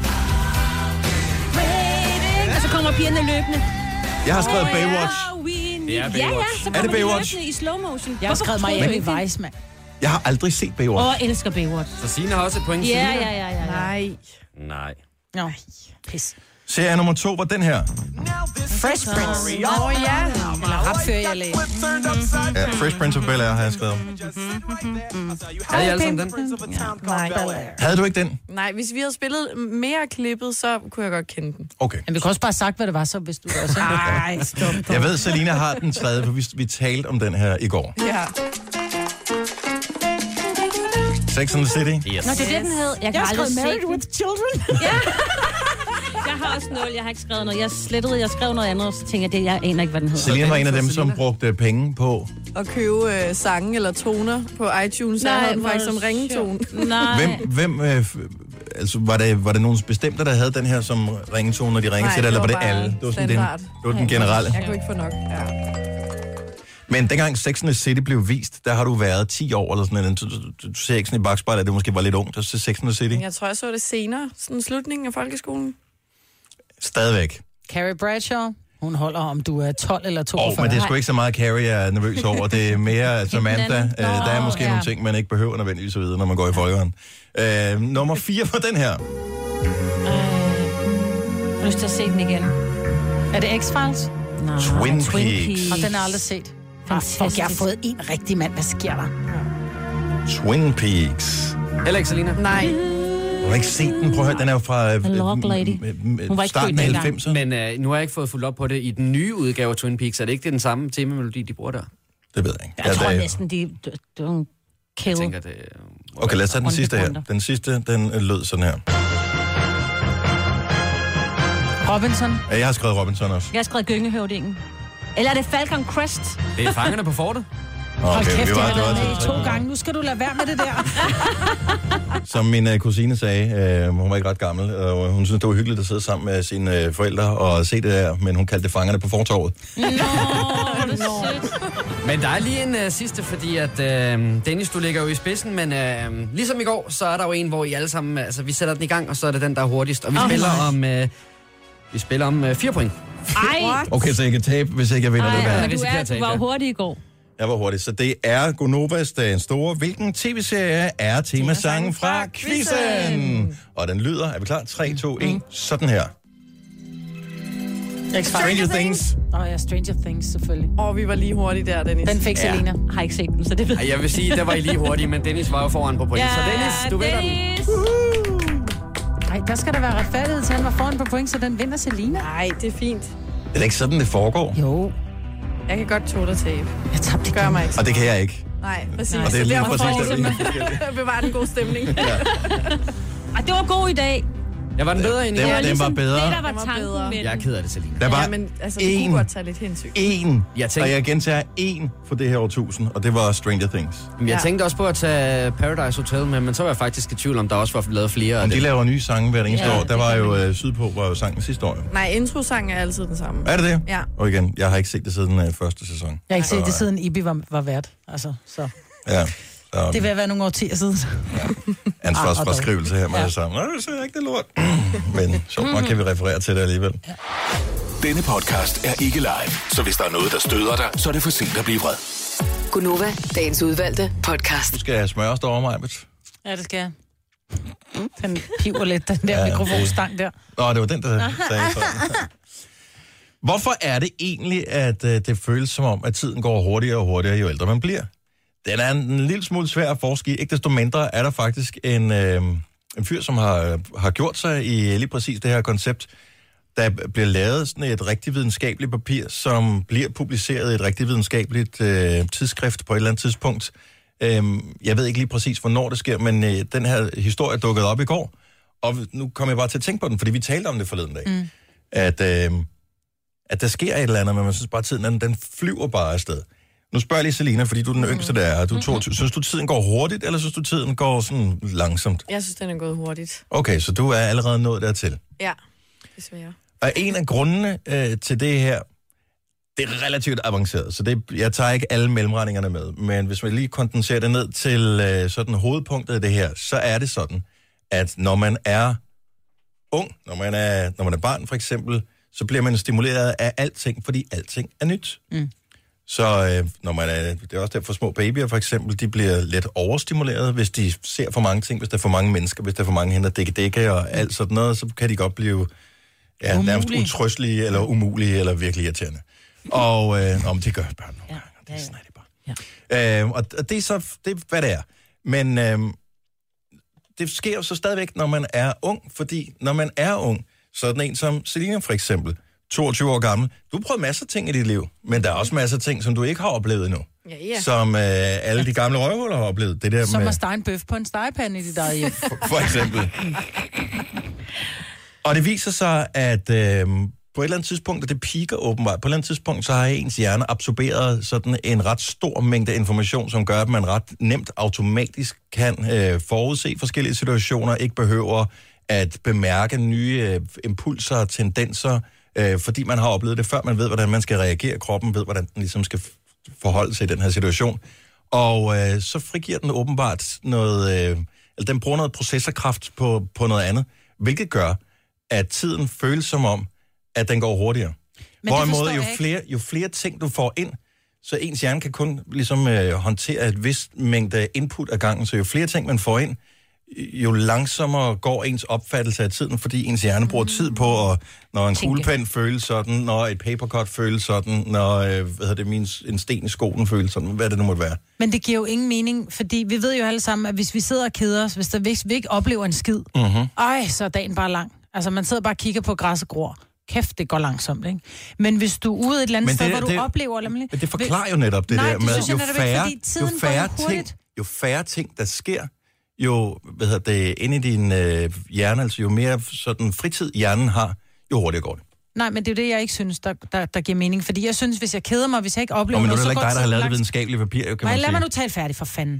Og så kommer pigerne løbende. Jeg har skrevet Baywatch. Ja, Baywatch. Så er det Baywatch? I slow motion. Jeg har skrevet Miami Vice, mand. Jeg har aldrig set Baywatch. Elsker Baywatch. Så Signe har også et point. Ja. Nej. Nå, pis. Serie nummer 2 var den her. Fresh Prince. Ja. Eller ret før jeg læste. Ja, Fresh Prince of Bel-Air har jeg skrevet. Havde I alle sammen den? Nej. Havde du ikke den? Nej, hvis vi havde spillet mere klippet, så kunne jeg godt kende den. Okay. Men vi kunne også bare sagt, hvad det var så, hvis du også... Nej, stop. Jeg ved, Selina har den tredje, for vi talte om den her i går. Ja. Sex and the City. Yes. Nå, det er det, den hed. Jeg har skrevet aldrig Married set with Children. Ja. Jeg har også 0. Jeg har ikke skrevet noget. Jeg skrev noget andet, og så tænkte jeg, jeg aner ikke, hvad den hedder. Selina var en af dem, som brugte penge på. At købe sange eller toner på iTunes, så havde den faktisk som ringetone. Nej. Hvem altså, var det nogen bestemte, der havde den her som ringetone, når de ringede til det, eller var det alle? Det var sådan det var den generelle. Jeg kunne ikke få nok, ja. Men dengang Sex and the City blev vist, der har du været 10 år eller sådan noget. Du ser ikke sådan i bagspejlet, at det måske var lidt ungt at se Sex and the City. Jeg tror, jeg så det senere, sådan slutningen af folkeskolen. Stadigvæk. Carrie Bradshaw, hun holder om du er 12 eller 42. Men det er sgu ikke så meget Carrie, jeg er nervøs over. Det er mere Samantha. Der er måske nogle ting, man ikke behøver nødvendigvis at vide, når man går i folkehånd. Nummer 4 på den her. Jeg har lyst til at se den igen. Er det X-Files? Nej. Twin Peaks. Og den har jeg aldrig set. Fuck, jeg har fået en rigtig mand. Hvad sker der? Twin Peaks. Heller ikke, Selina? Nej. Du har ikke set den. Prøv at høre, den er jo fra starten af 90'erne. Men nu har jeg ikke fået fuldt op på det. I den nye udgave af Twin Peaks, er det ikke den samme temamelodi, de bruger der? Det ved jeg ikke. Jeg tror næsten, de kill. Jeg tænker, det... Okay, lad os tage den sidste her. Den sidste, den lød sådan her. Robinson? Ja, jeg har skrevet Robinson også. Jeg har skrevet Gyngehøvdingen. Eller er det Falcon Crest? Det er Fangerne på fortet. Hold kæft, jeg har været med 2 gange. Nu skal du lade være med det der. Som min kusine sagde, hun var ikke ret gammel, og hun synes, det var hyggeligt at sidde sammen med sine forældre og se det der, men hun kaldte det Fangerne på fortorvet. Nå, det er sødt. Men der er lige en sidste, fordi at Dennis, du ligger jo i spidsen, men ligesom i går, så er der jo en, hvor I alle sammen, altså vi sætter den i gang, og så er det den, der er hurtigst, og vi spiller om 4 point. Ej! Okay, så jeg kan tabe, hvis ikke jeg vinder det der. Du var hurtig i går. Jeg var hurtig. Så det er Gonovas Dagens Store. Hvilken tv-serie er temasangen fra quizzen? Og den lyder, er vi klar? 3, 2, 1. Sådan her. Stranger Things. Ja, Stranger Things, selvfølgelig. Vi var lige hurtige der, Dennis. Den fik Selina. Har ikke set den, så det ved jeg. Jeg vil sige, der var I lige hurtige, men Dennis var jo foran på point. Ja, så Dennis, du vinder den. Nej, der skal der være retfærdighed til, at han var foran på point, så den vinder Selina. Nej, det er fint. Er det ikke sådan, det foregår? Jo. Jeg kan godt tåle at tabe. Jeg tabte Gør mig ikke. Og det kan jeg ikke. Nej, præcis. Og det er lige præcis det. Bevare den gode stemning. Ja. Ej, det var god i dag. Jeg var den bedre end i går. Den var bedre. Det, der var tanken med den. Jeg er ked af det, Selina. Der var men altså, det kunne godt tage lidt hensyn. Og jeg gentager én for det her årtusind, og det var Stranger Things. Jeg tænkte også på at tage Paradise Hotel med, men så var jeg faktisk i tvivl om, der også var lavet flere. Om de laver nye sange hvert eneste år. Der var jo Sydpå, var jo sangen sidste år. Nej, introsangen er altid den samme. Er det det? Ja. Og igen, jeg har ikke set det siden første sæson. Jeg har ikke set det siden Ibi var vært. Altså, så. Ja. Det vil være nogle årtier siden. Ja. Ansvarsfraskrivelse her med det samme. Nej, det ser ikke det lort. Men så meget kan vi referere til det alligevel. Ja. Denne podcast er ikke live, så hvis der er noget, der støder dig, så er det for sent at blive vred. Gunova, dagens udvalgte podcast. Du skal smøre os derovre, Majbet. Ja, det skal jeg. Den piver lidt, den der mikrofonstang der. Nå, det var den, der sagde sådan. Hvorfor er det egentlig, at det føles som om, at tiden går hurtigere og hurtigere, jo ældre man bliver? Den er en lille smule svær at forske i. Ikke desto mindre er der faktisk en fyr, som har gjort sig i lige præcis det her koncept. Der bliver lavet sådan et rigtig videnskabeligt papir, som bliver publiceret i et rigtig videnskabeligt tidsskrift på et eller andet tidspunkt. Jeg ved ikke lige præcis, hvornår det sker, men den her historie dukkede op i går. Og nu kommer jeg bare til at tænke på den, fordi vi talte om det forleden dag. At der sker et eller andet, men man synes bare, at tiden den flyver bare afsted. Nu spørger jeg lige Selina, fordi du er den yngste, der er. Du er 22. Synes du, tiden går hurtigt, eller synes du, tiden går sådan langsomt? Jeg synes, den er gået hurtigt. Okay, så du er allerede nået dertil. Ja, desværre. Og en af grundene til det her, det er relativt avanceret, så jeg tager ikke alle mellemregningerne med. Men hvis man lige kondenserer det ned til sådan hovedpunktet af det her, så er det sådan, at når man er ung, når man er barn for eksempel, så bliver man stimuleret af alting, fordi alting er nyt. Så når det er også derfor små babyer for eksempel, de bliver let overstimuleret, hvis de ser for mange ting, hvis der er for mange mennesker, hvis der er for mange hænder dække og alt sådan noget, så kan de godt blive nærmest utrøstelige eller umulige eller virkelig irriterende. Og det gør børn nogle gange, det er sådan det bare. Ja. Og det er så, det er, hvad det er. Men det sker jo så stadigvæk, når man er ung, fordi når man er ung, så er den en som Selina for eksempel, 22 år gammel. Du har prøvet masser af ting i dit liv, men der er også masser af ting, som du ikke har oplevet endnu. Ja. Som alle de gamle røvhuller har oplevet. Det der som med at stege en bøf på en stegepande i dit eget hjem. For eksempel. Og det viser sig, at på et eller andet tidspunkt, og det piker åbenbart, på et eller andet tidspunkt, så har ens hjerne absorberet sådan en ret stor mængde information, som gør, at man ret nemt automatisk kan forudse forskellige situationer, ikke behøver at bemærke nye impulser og tendenser, fordi man har oplevet det før, man ved, hvordan man skal reagere, kroppen ved, hvordan den ligesom skal forholde sig i den her situation. Og så frigiver den åbenbart noget, eller den bruger noget processorkraft på noget andet, hvilket gør, at tiden føles som om, at den går hurtigere. Hvorimod jo flere ting du får ind, så ens hjerne kan kun ligesom håndtere et vist mængde input ad gangen, så jo flere ting man får ind, jo langsommere går ens opfattelse af tiden, fordi ens hjerne bruger tid på, når en kuglepen føles sådan, når et papercut føles sådan, når en sten i skoen føles sådan, hvad det nu måtte være. Men det giver jo ingen mening, fordi vi ved jo alle sammen, at hvis vi sidder og keder os, hvis vi ikke oplever en skid, så er dagen bare lang. Altså man sidder bare og kigger på græs og gror. Kæft, det går langsomt, ikke? Men hvis du er ude et eller andet sted, hvor du oplever... Det forklarer jo netop det der med, jo færre ting, der sker, jo, inde i din hjerne, altså jo mere sådan fritid hjernen har, jo hurtigere går det. Nej, men det er jo det, jeg ikke synes, der giver mening. Fordi jeg synes, hvis jeg keder mig, hvis jeg ikke oplever noget, så går det... Men nu er det ikke dig, der har lavet det videnskabelige papir, jo, kan man sige. Nej, lad mig nu tale færdig, for fanden.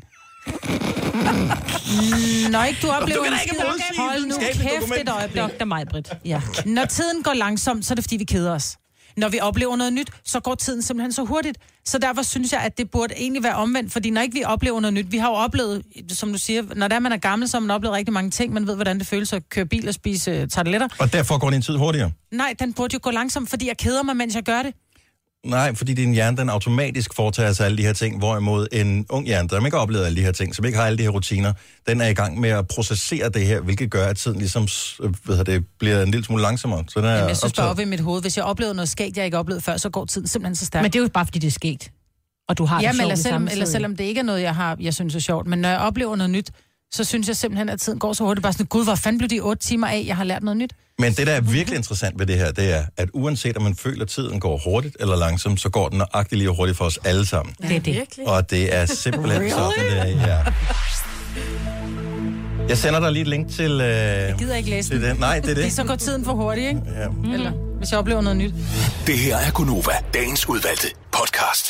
Når ikke du oplever en skid, hold nu kæft et øjeblik. Dr. Majbrit. Ja. Når tiden går langsomt, så er det fordi, vi keder os. Når vi oplever noget nyt, så går tiden simpelthen så hurtigt. Så derfor synes jeg, at det burde egentlig være omvendt, fordi når ikke vi oplever noget nyt, vi har jo oplevet, som du siger, når der man er gammel, så har man oplevet rigtig mange ting, man ved, hvordan det føles at køre bil og spise tarteletter. Og derfor går din tid hurtigere? Nej, den burde jo gå langsomt, fordi jeg keder mig, mens jeg gør det. Nej, fordi din hjerne, den automatisk foretager sig alle de her ting, hvorimod en ung hjerne, der ikke har oplevet alle de her ting, som ikke har alle de her rutiner, den er i gang med at processere det her, hvilket gør, at tiden ligesom, bliver en lille smule langsommere. Så den er jeg synes bare op i mit hoved, hvis jeg oplever noget skægt, jeg ikke oplevede før, så går tiden simpelthen så stærkt. Men det er jo bare, fordi det er skægt, og du har det sjovt eller selvom det ikke er noget, jeg synes er sjovt, men når jeg oplever noget nyt, så synes jeg simpelthen, at tiden går så hurtigt. Bare sådan, gud, hvor fanden blev de 8 timer af, jeg har lært noget nyt. Men det, der er virkelig interessant ved det her, det er, at uanset om man føler, at tiden går hurtigt eller langsomt, så går den nøjagtigt lige hurtigt for os alle sammen. Det er det. Og det er simpelthen sådan, det er, ja. Jeg sender dig lige et link til... Jeg gider ikke læse den. Nej, det er det. Så går tiden for hurtigt, ikke? Ja. Eller hvis jeg oplever noget nyt. Det her er Gonova, dagens udvalgte podcast.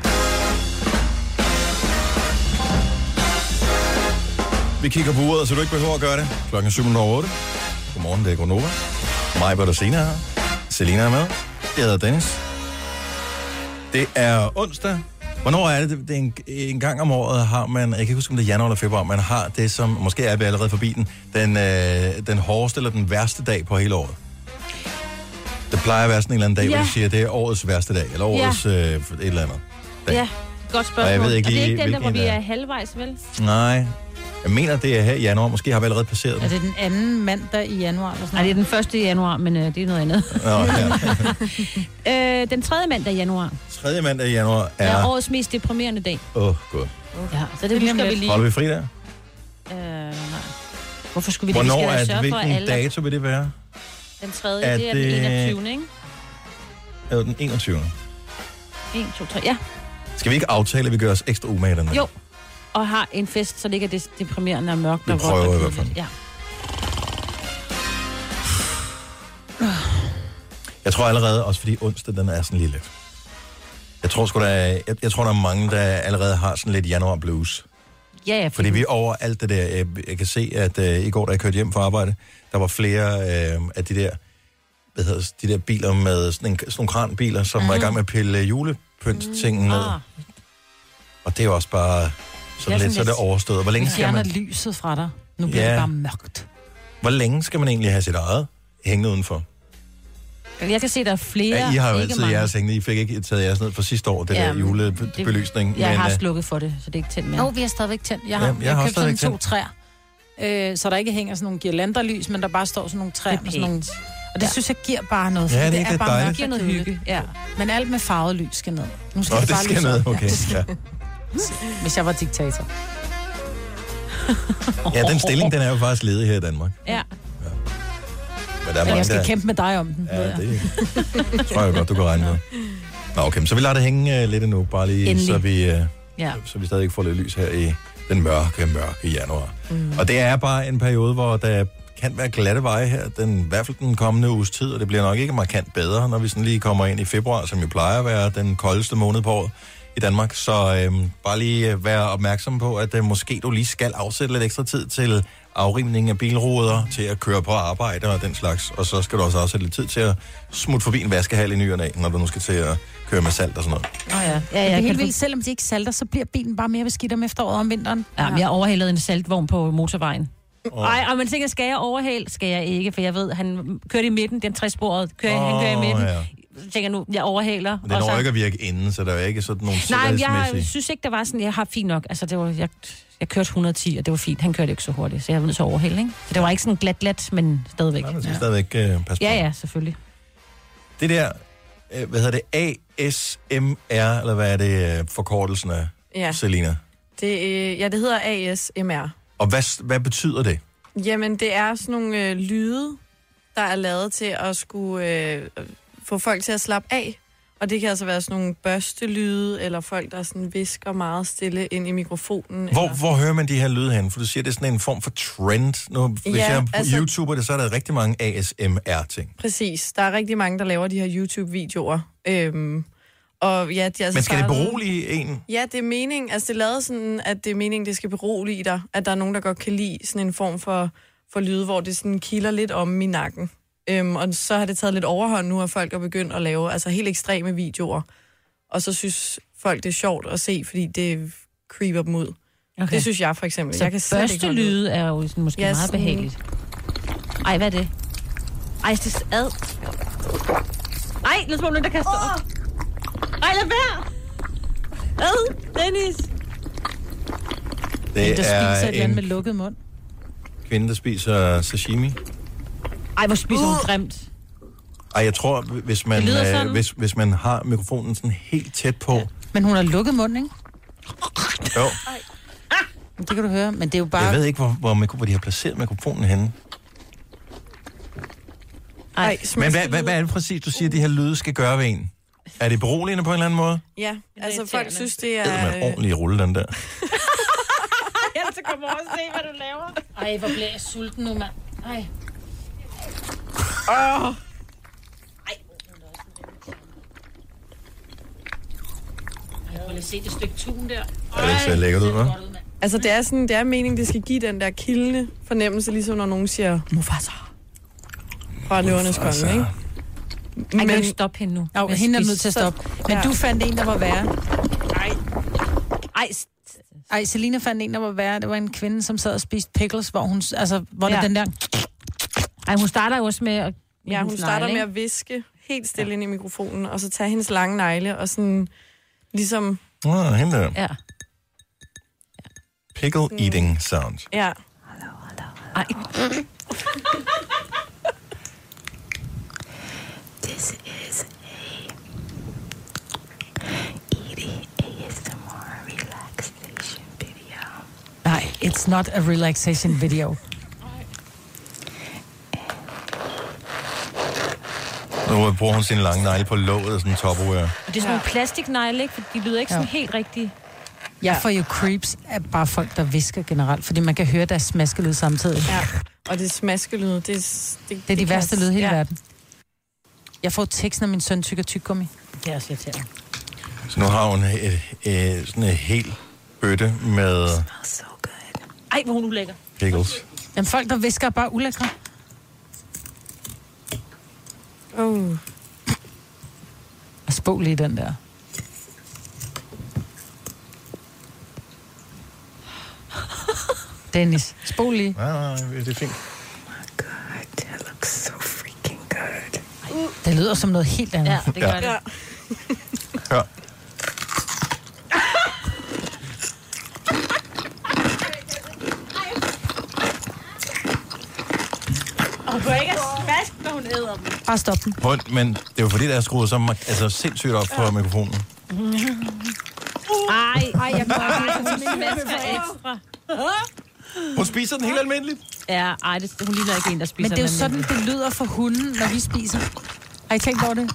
Vi kigger på uret, så du ikke behøver at gøre det. Klokken 7:08. Godmorgen, det er Gonova. Mig, Bert og Sina her. Selina er med. Jeg hedder Dennis. Det er onsdag. Hvornår er det? Det er en gang om året har man, jeg kan ikke huske, om det er januar eller februar, man har det, som måske er vi allerede forbi den hårdeste eller den værste dag på hele året. Det plejer at være sådan en eller anden dag, hvor de siger, at det er årets værste dag, eller årets et eller andet dag. Ja, godt spørgsmål. Og jeg ved ikke lige, og det er ikke den der, hvor vi er halvvejs, vel? Nej. Jeg mener, det er her i januar. Måske har vi allerede passeret den. Er det den anden mandag i januar? Eller sådan Nej, det er den første i januar, men det er noget andet. Nå, ja. Den tredje mandag i januar. Tredje mandag i januar er... årets mest deprimerende dag. God. Ja, så det husker vi lige. Holder vi fri der? Nej. Hvorfor skulle vi det? Hvornår vi skal hvilken dato vil det være? Den tredje, det er den 21. ikke? Er den 21. 1, 2, 3, ja. Skal vi ikke aftale, at vi gør os ekstra umage den dag? Jo. Og har en fest, så ligger det deprimerende og mørkt. Det prøver jeg i hvert fald. Ja. Jeg tror allerede, også fordi onsdag, den er sådan lige lidt. Jeg tror der er mange, der allerede har sådan lidt januar blues. Ja, fordi vi er over alt det der. Jeg kan se, at i går, da jeg kørte hjem fra arbejde, der var flere af de der biler med sådan nogle kranbiler, som var i gang med at pille julepynt-tingen ned. Og det er jo også bare sådan lidt, så er det overstået. Hvor længe skal man... lyset fra dig. Nu bliver det bare mørkt. Hvor længe skal man egentlig have sit eget hængende udenfor? Jeg kan se, der er flere. Ja, I har jo altid jeres hængende. I fik ikke taget jeres ned for sidste år, det der julebelysning. Jeg har slukket for det, så det er ikke tændt mere. Vi har stadigvæk tændt. Jeg har købt sådan 2 træer. Så der ikke hænger sådan nogle girlanderlys, men der bare står sådan nogle træer med sådan nogle... Og det synes jeg giver bare noget. Ja, det er bare mørkt, giver noget hygge. Ja. Men alt med farvet lys skal ned. Nu skal det bare skal ned, okay. Ja. Hvis jeg var diktator. Ja, den stilling, den er jo faktisk ledig her i Danmark. Ja. Men jeg skal kæmpe med dig om den. Ja, det tror jeg godt, du kan regne med. Nå, okay, så vi lader det hænge lidt endnu, bare lige, så vi stadig får lidt lys her i den mørke januar. Og det er bare en periode, hvor der kan være glatte veje her, i hvert fald den kommende uges tid, og det bliver nok ikke markant bedre, når vi sådan lige kommer ind i februar, som jo plejer at være den koldeste måned på året i Danmark. Så bare lige være opmærksom på, at måske du lige skal afsætte lidt ekstra tid til afrimning af bilruder, til at køre på arbejde og den slags. Og så skal du også afsætte lidt tid til at smutte forbi en vaskehal i ny og næ, når du nu skal til at køre med salt og sådan noget. Ja. Det er helt vildt. Selvom de ikke salter, så bliver bilen bare mere beskidt om efteråret om vinteren. Ja, jeg overhalede en saltvogn på motorvejen. Ej, og man tænker, skal jeg overhale? Skal jeg ikke, for jeg ved, han kørte i midten, den 60-sporet, han kører i midten. Ja. Så tænker jeg nu, jeg overhaler. Men den rykker vi ikke inden, så der er ikke sådan nogle sikkerhedsmæssige... Nej, jeg synes ikke, der var sådan, jeg har fint nok. Altså, det var, jeg kørte 110, og det var fint. Han kørte ikke så hurtigt, så jeg var nødt til at overhale, ikke? Så det var ikke sådan glat, men stadigvæk. Nej, man skal stadigvæk passe på. Ja, selvfølgelig. Det der, hvad hedder det, ASMR, eller hvad er det forkortelsen af, Selina? Det hedder ASMR. Og hvad betyder det? Jamen, det er sådan nogle lyde, der er lavet til at skulle få folk til at slappe af. Og det kan altså være sådan nogle børstelyde, eller folk, der sådan visker meget stille ind i mikrofonen. Hvor hører man de her lyde hen? For du siger, det er sådan en form for trend. Nu, hvis jeg YouTuber det, så er der rigtig mange ASMR-ting. Præcis. Der er rigtig mange, der laver de her YouTube-videoer. Og ja, de altså men skal det berolige en? Ja, det er meningen. Altså, det er lavet sådan, at det er meningen, det skal berolige dig. At der er nogen, der godt kan lide sådan en form for lyde, hvor det sådan kilder lidt om i nakken. Og så har det taget lidt overhånd nu, at folk er begyndt at lave altså helt ekstreme videoer. Og så synes folk, det er sjovt at se, fordi det creeper dem ud. Okay. Det synes jeg for eksempel. Så børstelyde er jo sådan, måske meget behageligt. Ej, hvad er det? Ej, det er ad. Ej, lad os prøve, der kaster op. Ej, lad være! Ad, Dennis! Det er en med lukket mund. Kvinde, der spiser sashimi. Ej, hvor spiser hun grimt. Ej, jeg tror, hvis man har mikrofonen sådan helt tæt på... Ja. Men hun har lukket munden, ikke? Jo. Det kan du høre, men det er jo bare... Jeg ved ikke, hvor de har placeret mikrofonen henne. Ej, men hvad er det præcis, du siger, de her lyde skal gøre ved en? Er det beroligende på en eller anden måde? Ja, altså folk synes, det er... Det er en ordentlig rulle, den der. Ja, så skal komme over og se, hvad du laver. Ej, hvor bliver jeg sulten nu, mand. Ej. Ej. Prøv lige at se det stykke tun der. Ja, det ser lækkert ud, hva'? Altså, det er meningen, det skal give den der kildende fornemmelse, ligesom når nogen siger, Mufasa. Fra Løvernes Konge, ikke? Men kan du stoppe hende nu? Jo, hende er nødt til at stoppe. Men du fandt en, der var værre. Ej, Selina fandt en, der var værre. Det var en kvinde, som sad og spiste pickles, hvor hun, altså, hvor der den der... Ej, hun starter jo også med at... Ja, hun starter med at viske helt stille ind i mikrofonen, og så tage hendes lange negle, og sådan ligesom... Hende der. Ja. Pickle eating sound. Ja. Ej. This is eating ASMR relaxation video. Nej, it's not a relaxation video. Nu bruger hun sin lange negle på låget og sådan en topperware. Og det er sådan nogle plastiknegle, ikke? For de lyder ikke sådan helt rigtigt. Jeg får jo creeps af bare folk, der visker generelt, fordi man kan høre deres smaskelyd samtidig. Ja, og det smaskelyd, det er de værste lyde i hele verden. Jeg får tekst, når min søn tykker tyggegummi. Det er også irriterende. Så nu har hun sådan en hel bøtte med Ej, hvor hun ulækker. pickles. Jamen, folk, der visker, er bare ulækre. Og spå lige den der. Dennis, spol lige. Nej, det er fint. God, that looks so freaking good. Det lyder som noget helt andet. Ja, det gør det. Hør. Og hun går ikke fast, når hun æder dem. Bare stop den. Men det er jo fordi, der er skruet så sindssygt op for mikrofonen. Ej, jeg går ekstra. Hun spiser den helt almindeligt. Ja, hun ligner ikke en, der spiser. Men det er jo sådan, det lyder for hunden, når vi spiser. Har I tænkt over det?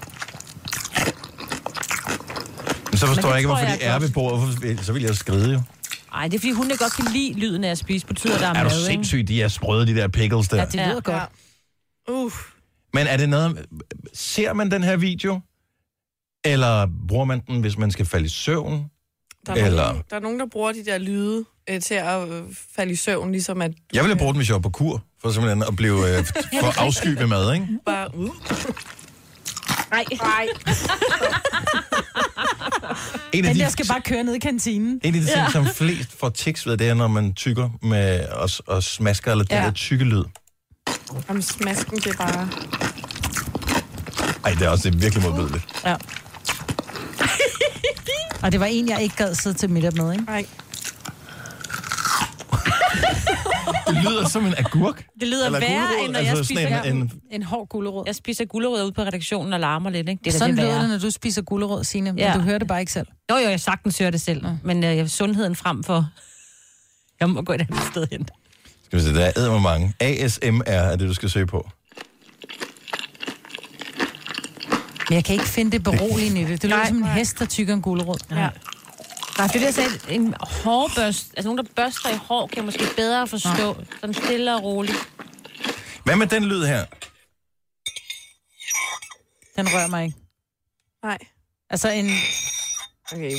Men så forstår jeg ikke, hvorfor de er ved bordet. Så vil jeg jo skride jo. Ej, det er fordi, hun godt kan lide lyden af at spise. Betyder, der er mad, du sindssygt, de er sprøde, de der pickles der. Ja, det lyder godt. Ja. Men er det noget... Ser man den her video? Eller bruger man den, hvis man skal falde i søvn? Der er nogen, der bruger de der lyde til at falde i søvn, ligesom at... Jeg ville bruge den, hvis jeg var på kur, for simpelthen at blive for afsky med mad, ikke? Bare... Nej. Den der skal bare køre ned i kantinen. En af de ting, som flest får tics ved, det er, når man tykker med og smasker, eller det der tykke lyd. Jamen, smasken, det er bare... Ej, det er også virkelig modbydeligt. Ja. Og det var en, jeg ikke gad sidde til middag med, ikke? Nej. Det lyder som en agurk. Det lyder værre, end når jeg spiser en hård gulerod. Jeg spiser gulerod ude på redaktionen og larmer lidt, ikke? Det er sådan lyder det, når du spiser gulerod, Signe. Men du hører det bare ikke selv. Jo, jeg sagtens hører det selv. Men jeg sundheden frem for... Jeg må gå et andet sted hen. Skal vi se, der er eddermame mange. ASMR er det, du skal søge på. Men jeg kan ikke finde det beroligende i det. Det lyder som en hest, der tykker en gulerod. Ja. Nej, det der sagde, en hårbørst, altså nogen, der børster i hår, kan måske bedre forstå. Sådan stille og roligt. Hvad med den lyd her? Den rører mig ikke. Nej. Altså en... Okay.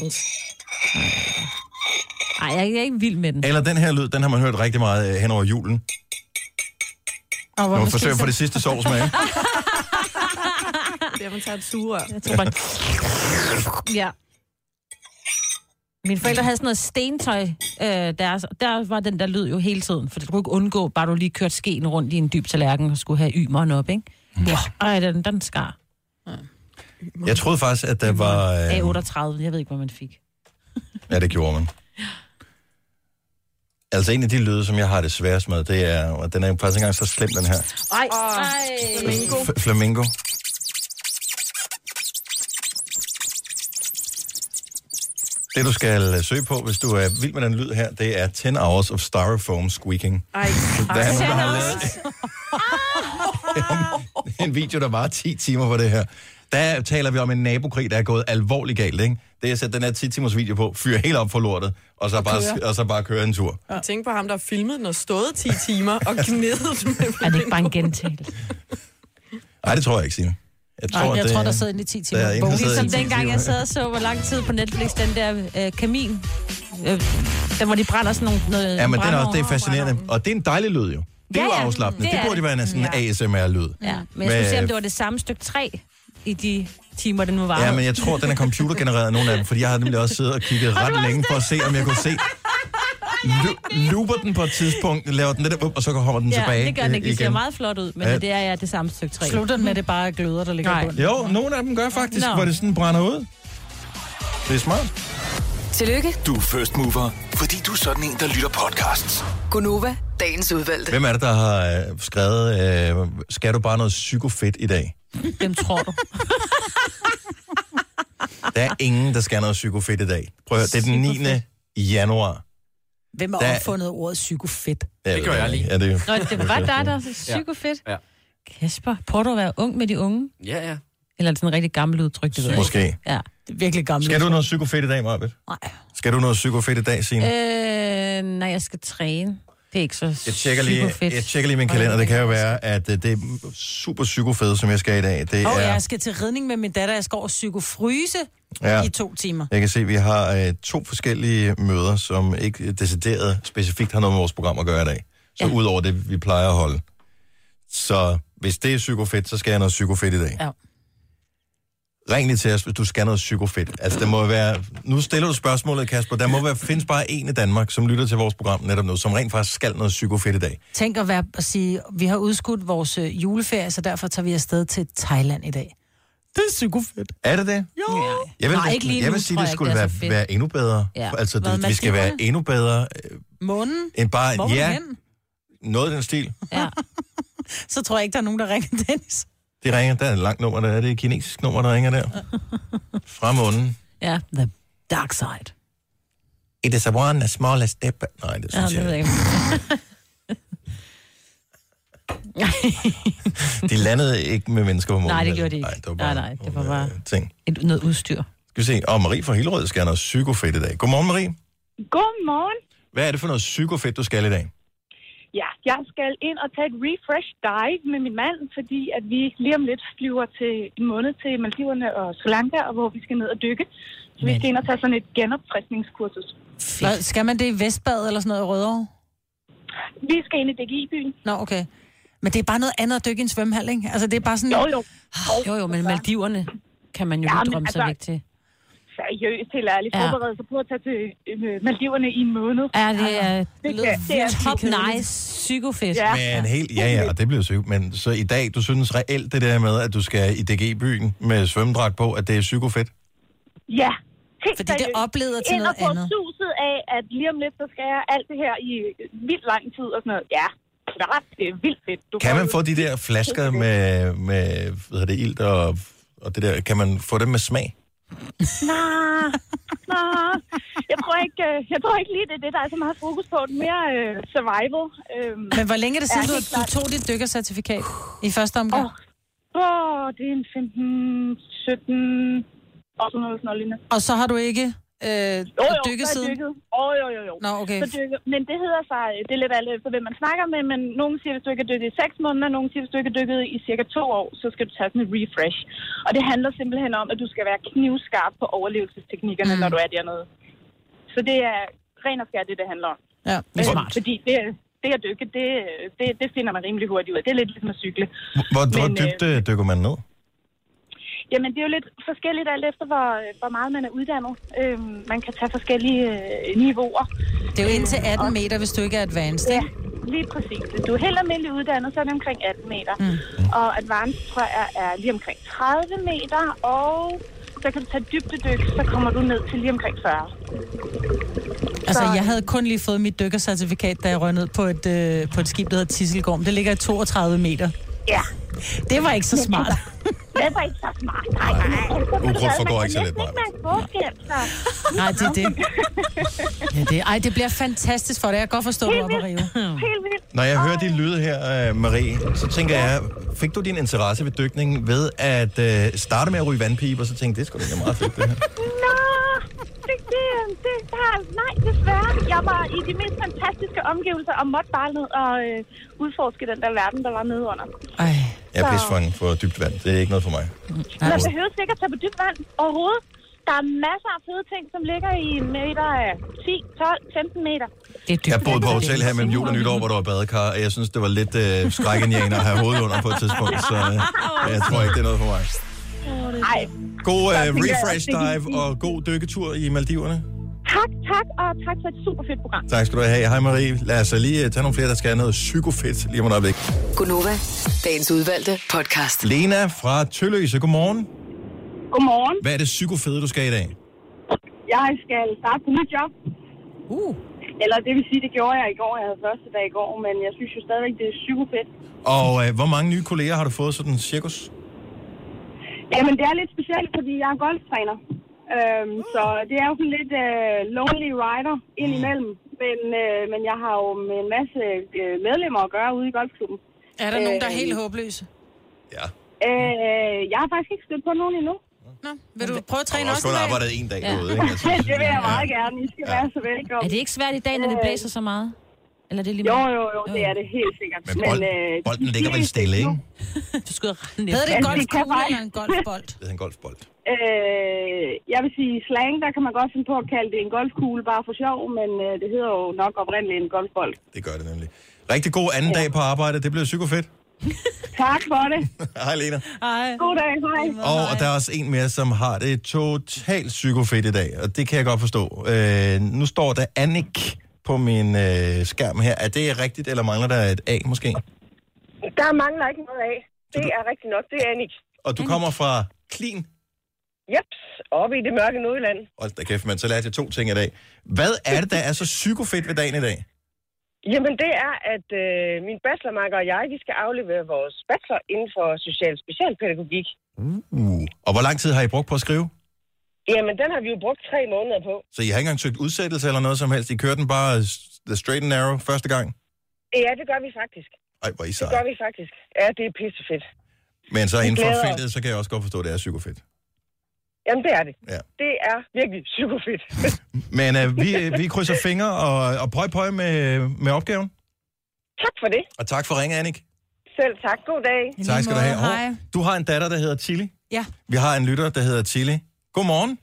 Nej, jeg er ikke vild med den. Eller den her lyd, den har man hørt rigtig meget hen over julen. Og når man forsøger på det sidste sovs med, ikke? Det er, man tager et sugerør. Jeg tror bare... Ja. Mine forældre havde sådan noget stentøj, der var den der lyd jo hele tiden, for du kunne ikke undgå, bare du lige kørte skeen rundt i en dyb tallerken og skulle have ymeren op, ikke? Ja. Ej, den skar. Ja. Jeg troede faktisk, at der var... A38, jeg ved ikke, hvad man fik. Ja, det gjorde man. Altså en af de lyde, som jeg har det sværest med, det er, og den er faktisk ikke engang så slem, den her. Ej. Flamingo. Flamingo. Det, du skal søge på, hvis du er vild med den lyd her, det er 10 hours of styrofoam squeaking. Ej. Der er nogen, der har lavet en video, der var 10 timer for det her. Der taler vi om en nabokrig, der er gået alvorligt galt, ikke? Det er at sætte den her 10 timers video på, fyre helt op for lortet, og så bare køre en tur. Ja. Tænk på ham, der har filmet den og stået 10 timer og gnedet med. Er det ikke bare en gentagelse? Nej, det tror jeg ikke, Signe. Jeg tror, der sidder inde i 10 timer. Det er som dengang, jeg sad og så, hvor lang tid på Netflix, den der kamin, der hvor de brænder sådan noget. Ja, men det er fascinerende. Og det er en dejlig lyd, jo. Det er jo afslappende. Det burde være sådan en ASMR-lyd. Ja, men jeg skulle se, om det var det samme stykke 3 i de timer, det nu var. Ja, men jeg tror, den er computergenereret, nogle af dem, fordi jeg har nemlig også siddet og kigget ret længe for at se, om jeg kunne se. Looper den på et tidspunkt, laver den lidt op, og så kommer den tilbage. Ja, det gør den ikke. Det ser meget flot ud, men det er det samme stykke 3. Slutter den med, det bare gløder, der ligger i bunden? Jo, nogle af dem gør faktisk, hvor det sådan brænder ud. Det er smart. Tillykke. Du er first mover, fordi du er sådan en, der lytter podcasts. Gunova, dagens udvalgte. Hvem er det, der har skrevet, skal du bare noget psykofedt i dag? Hvem tror du? Der er ingen, der skal noget psykofedt i dag. Prøv at høre, det er den 9. januar. Hvem har opfundet ordet psykofedt? Det gør jeg lige. Ja, det var dig, der er psykofedt. Ja. Kasper, prøver du at være ung med de unge? Ja. Eller er det sådan en rigtig gammel udtryk, det ved jeg. Måske. Ja, det er virkelig gammelt. Skal du noget psykofedt i dag, Marbet? Nej. Skal du noget psykofedt i dag, Signe? Nej, jeg skal træne. Det er ikke så Jeg tjekker lige min kalender. Det kan jo være, at det er super psykofedt, som jeg skal i dag. Jeg skal til ridning med min datter. Jeg skal over psykofryse i 2 timer. Jeg kan se, at vi har 2 forskellige møder, som ikke decideret specifikt har noget med vores program at gøre i dag. Så ud over det, vi plejer at holde. Så hvis det er psykofedt, så skal jeg noget psykofedt i dag. Ja. Ring lige til os, hvis du skal noget psykofedt. Altså, der må være... Nu stiller du spørgsmålet, Kasper. Der må findes bare en i Danmark, som lytter til vores program netop nu, som rent faktisk skal noget psykofedt i dag. Tænk at sige, vi har udskudt vores juleferie, så derfor tager vi afsted til Thailand i dag. Det er psykofedt. Er det det? Jo. Jeg vil sige, det skulle være endnu bedre. Ja. Altså, vi skal være endnu bedre. Månen? End bare, hvor noget af den stil. Ja. Så tror jeg ikke, der er nogen, der ringer Dennis. De ringer, der er et langt nummer, der er det et kinesisk nummer, der ringer der. Fra munden. Ja, the dark side. It is a small step. Nej, det synes jeg ikke. De landede ikke med mennesker på munden. Nej, det gjorde de ikke. Nej, det var bare ting. Noget udstyr. Skal vi se. Marie fra Hillerød skal have noget psykofedt i dag. Godmorgen, Marie. Godmorgen. Hvad er det for noget psykofedt, du skal i dag? Ja, jeg skal ind og tage et refresh dive med min mand, fordi at vi lige om lidt flyver til en måned til Maldiverne og Sri Lanka, og hvor vi skal ned og dykke. Så vi skal ind og tage sådan et genopfriskningskursus. Skal man det i Vestbad eller sådan noget i Rødovre? Vi skal ind i DGI-byen. Nå, okay. Men det er bare noget andet at dykke i en svømmehal, ikke? Altså, det er bare sådan... Jo, men Maldiverne kan man jo lige drømme sig væk til. Seriøst, helt ærligt. Forberede sig på at tage til Maldiverne i en måned. Ja, det er top nice psykofedt. Ja. Men helt, og det bliver sygt. Men så i dag, du synes reelt det der med, at du skal i DG-byen med svømmedragt på, at det er psykofedt? Ja, helt fordi det opleder til noget andet. Ind og få suset af, at lige om lidt, så skal jeg alt det her i vildt lang tid og sådan noget. Ja, klart, det er vildt fedt. Kan man få de der flasker med ilt og det der, kan man få dem med smag? Nej. Jeg tror ikke lige, det er det, der er så meget fokus på. Det mere survival. Men hvor længe er det siden, du tog dit dykkercertifikat i første omgang? Det er en 15, 17 og sådan noget lignende. Og så har du ikke dykket siden? Jo. Nå, okay. Men det hedder sig, det er lidt alt efter, hvem man snakker med, men nogen siger, hvis du ikke har dykket i 6 måneder, nogen siger, hvis du ikke har dykket i cirka 2 år, så skal du tage sådan et refresh. Og det handler simpelthen om, at du skal være knivskarp på overlevelsesteknikkerne, når du er dernede. Så det er ren og skær det handler om. Ja, det er smart. Fordi det at dykke, det finder man rimelig hurtigt ud af. Det er lidt ligesom at cykle. Hvor dybt dykker man ned? Jamen, det er jo lidt forskelligt alt efter, hvor meget man er uddannet. Man kan tage forskellige niveauer. Det er jo indtil 18 meter, hvis du ikke er advanced, ikke? Ja, lige præcis. Hvis du er helt almindelig uddannet, så er det omkring 18 meter. Og advanced, tror jeg, er lige omkring 30 meter. Og så kan du tage dybdedyk, så kommer du ned til lige omkring 40. Altså, jeg havde kun lige fået mit dykkercertifikat, da jeg røg ned på et skib, der hedder Tisselgård. Det ligger i 32 meter. Ja. Det var ikke så smart. Det var ikke så smart. Nej. Ukrudt forgår ikke så let, Maja. Nej, det er det. Ja, det. Ej, det bliver fantastisk for dig. Jeg kan godt forstå, du er oppe at rive. Helt vildt. Når jeg hører de lyde her, Marie, så tænker jeg, fik du din interesse ved dykning ved at starte med at ryge vandpiber, og så tænkte det skulle da meget fedt, det her? Nej, desværre. Jeg var i de mest fantastiske omgivelser og måtte bare ned og udforske den der verden, der var nede under. Ej. Jeg er pissefangen for dybt vand. Det er ikke noget for mig. Man behøver sikkert tage på dybt vand overhovedet. Der er masser af fede ting, som ligger i meter af 10, 12, 15 meter. Jeg boede på hotel her mellem jul og nytår, hvor der var badekar, og jeg synes, det var lidt skrækindjagende at have hovedet under på et tidspunkt, så jeg tror ikke, det er noget for mig. Nej. God refresh dive og god dykketur i Maldiverne. Tak, og tak for et super fedt program. Tak skal du have. Hej Marie. Lad os lige tage nogle flere, der skal have noget psykofedt lige om et øjeblik. Gunova, dagens udvalgte podcast. Lena fra Tølløse, godmorgen. Godmorgen. Hvad er det psykofede, du skal i dag? Jeg skal starte på nyt job. Eller det vil sige, det gjorde jeg i går. Jeg havde første dag i går, men jeg synes jo stadigvæk, det er psykofedt. Og hvor mange nye kolleger har du fået sådan cirkus? Jamen, det er lidt specielt, fordi jeg er golftræner. Så det er jo sådan lidt lonely rider indimellem. Men jeg har jo med en masse medlemmer at gøre ude i golfklubben. Er der nogen, der er helt håbløse? Ja. Jeg har faktisk ikke stødt på nogen endnu. Nå, vil du prøve at træne også en dag? Jeg har også kun arbejdet en dag derude, ikke? Altså, det vil jeg meget gerne. I skal være så velkommen. Er det ikke svært i dag, når det blæser så meget? Eller det er lige jo, det er det helt sikkert. Men bolden ligger vel stille, ikke? Du skal rende ned. Hedder det en golfkugle eller en golfbold? Det er en golfbold. Jeg vil sige, slang, der kan man godt finde på at kalde det en golfkugle bare for sjov, men det hedder jo nok oprindeligt en golfbold. Det gør det nemlig. Rigtig god anden dag på arbejde. Det blev psykofedt. Tak for det. Hej Lena. Hej. God dag, hej. Og der er også en mere, som har det totalt psykofedt i dag, og det kan jeg godt forstå. Nu står der Annik på min skærm her. Er det rigtigt, eller mangler der et A måske? Der mangler ikke noget af. Det er rigtigt nok. Det er Annik. Og du kommer fra Klin? Jeps, oppe i det mørke Nordjylland. Hold da kæft, man. Så lærte jeg 2 ting i dag. Hvad er det, der er så psykofedt ved dagen i dag? Jamen, det er, at min bachelormakker og jeg, vi skal aflevere vores bachelor inden for social specialpædagogik. Og hvor lang tid har I brugt på at skrive? Jamen, den har vi jo brugt 3 måneder på. Så I har ikke engang søgt udsættelse eller noget som helst? I kører den bare the straight and narrow første gang? Ja, det gør vi faktisk. Ej, hvor I sej. Det gør vi faktisk. Ja, det er pissefedt. Men så inden for feltet, så kan jeg også godt forstå, at det er psykofedt. Jamen, det er det. Ja. Det er virkelig psykofedt. Men vi krydser fingre og pøj med opgaven. Tak for det. Og tak for ringe, Annik. Selv tak. God dag. Tak skal du have. Hej. Du har en datter, der hedder Tilly. Ja. Vi har en lytter, der hedder Tilly. Godmorgen.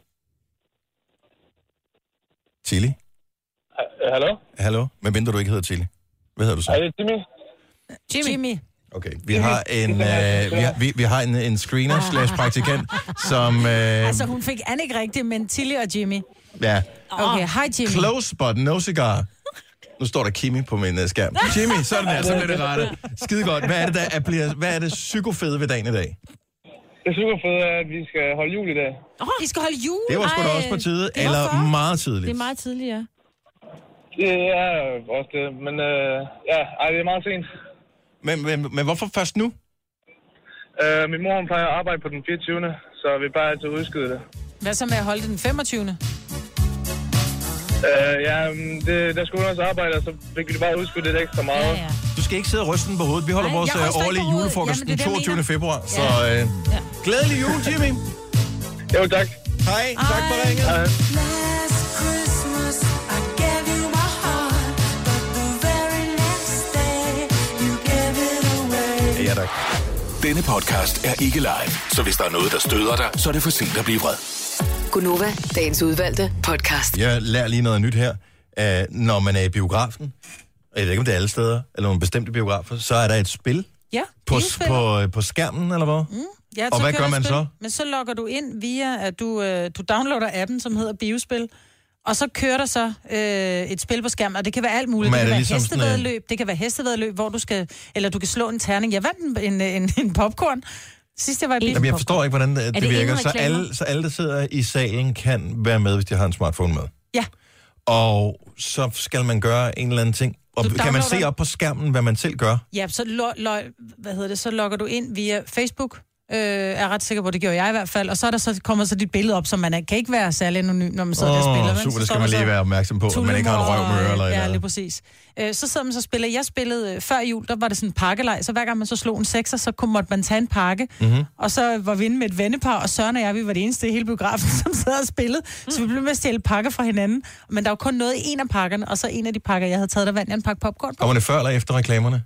Tilly. Hallo? Hallo. Men venter du ikke hedder Tilly? Hvad hedder du så? Hej, det er Jimmy. Okay, vi har vi har en screener / praktikant, som... Altså, hun fik Annik rigtigt, men Tilly og Jimmy. Ja. Okay, hej Jimmy. Close but no cigar. Nu står der Kimi på min skærm. Jimmy, sådan der, så bliver det rette. Skide godt. Hvad er det psykofede ved dagen i dag? Det psykofede er, at vi skal holde jul i dag. I skal holde jul? Det var sgu da også på tide, eller meget tidligt. Det er meget tidligt, ja. Det er også det, men det er meget sent. Men hvorfor først nu? Min mor plejer at arbejde på den 24. Så vi bare altid udskyde det. Hvad så med at holde den 25. Der skulle også arbejde, og så fik vi bare udskudt lidt ekstra meget. Ja. Du skal ikke sidde og ryste den på hovedet. Vi holder vores årlige julefrokost den 22. februar. Så glædelig jul, Jimmy. Jo, tak. Hej. Tak for ringet. Hej. Ja, tak. Denne podcast er ikke live, så hvis der er noget, der støder dig, så er det for sent at blive vred. Gunova, dagens udvalgte podcast. Jeg lærer lige noget nyt her. Når man er i biografen, jeg ved ikke om det er alle steder, eller nogle bestemte biografer, så er der et spil på skærmen, eller hvad? Ja, og hvad gør man så? Men så logger du ind via, at du downloader appen, som hedder Biospil, og så kører der så et spil på skærmen, og det kan være alt muligt. Det kan være ligesom hestevæddeløb, det kan være hestevæddeløb, hvor du skal, eller du kan slå en terning. Jeg vandt en popcorn. Sidst jeg var i bilen. Jeg forstår ikke, hvordan det virker. Så alle, der sidder i salen, kan være med, hvis de har en smartphone med. Ja. og så skal man gøre en eller anden ting. Og kan man se op på skærmen, hvad man selv gør? Ja, så, så logger du ind via Facebook. Er ret sikker på, det gjorde jeg i hvert fald. Og så, er der så kommer så dit billede op, som man kan ikke være særlig anonym, når man sidder der og spiller. Super, så det skal man lige være opmærksom på, at man ikke har en røv med øre eller ja, noget. lige præcis. Så sidder man så og spiller. Jeg spillede før jul, der var det sådan en pakkelej, så hver gang man så slog en sekser, så måtte man tage en pakke. Mm-hmm. Og så var vi inde med et vennepar, og Søren og jeg, vi var det eneste i hele biografen, som sad og spillede. Så vi blev med at stjæle pakker fra hinanden. Men der var kun noget i en af pakkerne, og så en af de pakker, jeg havde taget, der vandt jeg en pakke popcorn på. Kommer det før eller efter reklamerne?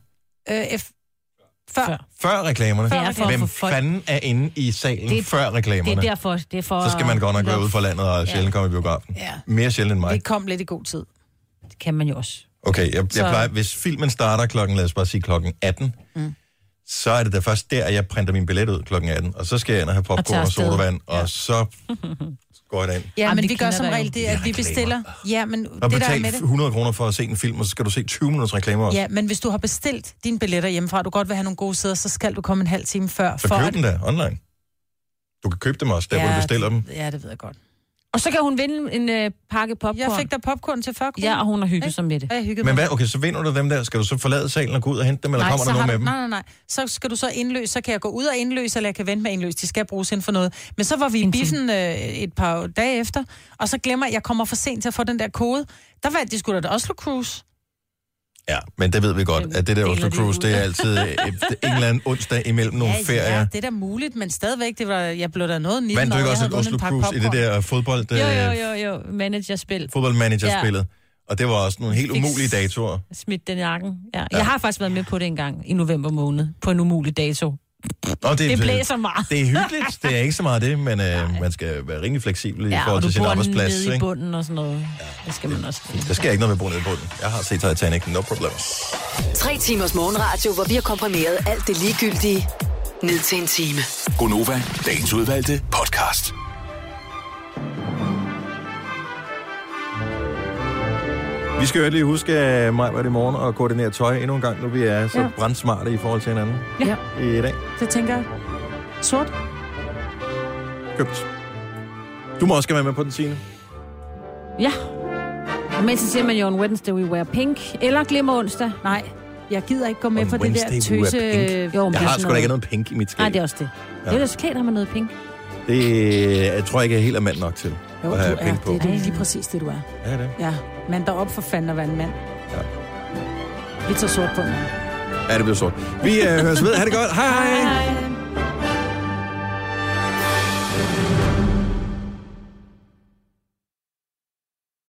Før reklamerne? Hvem fanden er inde i salen før reklamerne? Det er derfor. Det er for, så skal man godt nok være ude for landet og sjældent komme i biografen. Ja. Mere sjældent end mig. Det kom lidt i god tid. Det kan man jo også. Okay, jeg plejer, hvis filmen starter klokken 18, så er det da først der, at jeg printer min billet ud klokken 18. Og så skal jeg ind og have popcorn og sodavand, og så går jeg ind. Ja, men vi gør som regel det, at vi bestiller. Ja, men og det betale 100 kroner for at se en film, og så skal du se 20 minutters reklamer også. Ja, men hvis du har bestilt dine billetter hjemmefra, du godt vil have nogle gode sæder, så skal du komme en halv time før. Så køb den der online. Du kan købe dem også, der hvor du bestiller dem. Ja, det ved jeg godt. Og så kan hun vinde en pakke popcorn. Jeg fik der popcorn til 40 kroner. Ja, og hun har hygget sig med det. Men hvad, okay, så vinder du dem der. Skal du så forlade salen og gå ud og hente dem, eller kommer der nogen med dem? Nej. Så skal du så indløse, så kan jeg gå ud og indløse, eller jeg kan vente med indløse. De skal bruges ind for noget. Men så var vi i biffen et par dage efter, og så glemmer jeg kommer for sent til at få den der kode. Der vandt de sgu da Oslo Cruise. Ja, men det ved vi godt, at det der Oslo Cruise, det er altid en eller anden onsdag imellem nogle ferier. Ja, det er da muligt, men stadigvæk, jeg blev der noget 19 år. Vandt du ikke også et Oslo Cruise i det der fodbold? Jo, managerspil. Fodboldmanagerspillet. Ja. Og det var også nogle helt umulige datoer. Smidt den jakken. Ja. Jeg har faktisk været med på det en gang i november måned, på en umulig dato. Det blæser meget. Det er hyggeligt, det er ikke så meget det, men man skal være rimelig fleksibel i forhold til sin arbejdsplads. Ja, og du bor nede i bunden og sådan noget. Ja. Det skal man også. Der skal ikke noget med bo nede i bunden. Jeg har set Titanic, no problem. 3 timers morgenradio, hvor vi har komprimeret alt det ligegyldige ned til en time. Gonova, dagens udvalgte podcast. Vi skal jo lige huske mig var det i morgen og koordinere tøj endnu en gang, nu vi er så brandsmarte i forhold til hinanden i dag. Det tænker jeg. Sort. Købt. Du må også være med på den, Signe. Ja. Men så siger man jo, on Wednesday we wear pink, eller glimmer onsdag. Nej, jeg gider ikke gå med på det der tøse. Jo, jeg har sgu da ikke noget pink i mit skab. Nej, det er også det. Ja. Det er da så klædt, har man noget pink. Det jeg tror ikke, jeg er helt mand nok til at have pink på. Det er lige præcis det, du er. Ja, det. Ja, mand der op for fanden at være en mand. Ja. Vi tager sort på, mand. Ja, det bliver sort. Vi høres ved. Ha' det godt. Hej.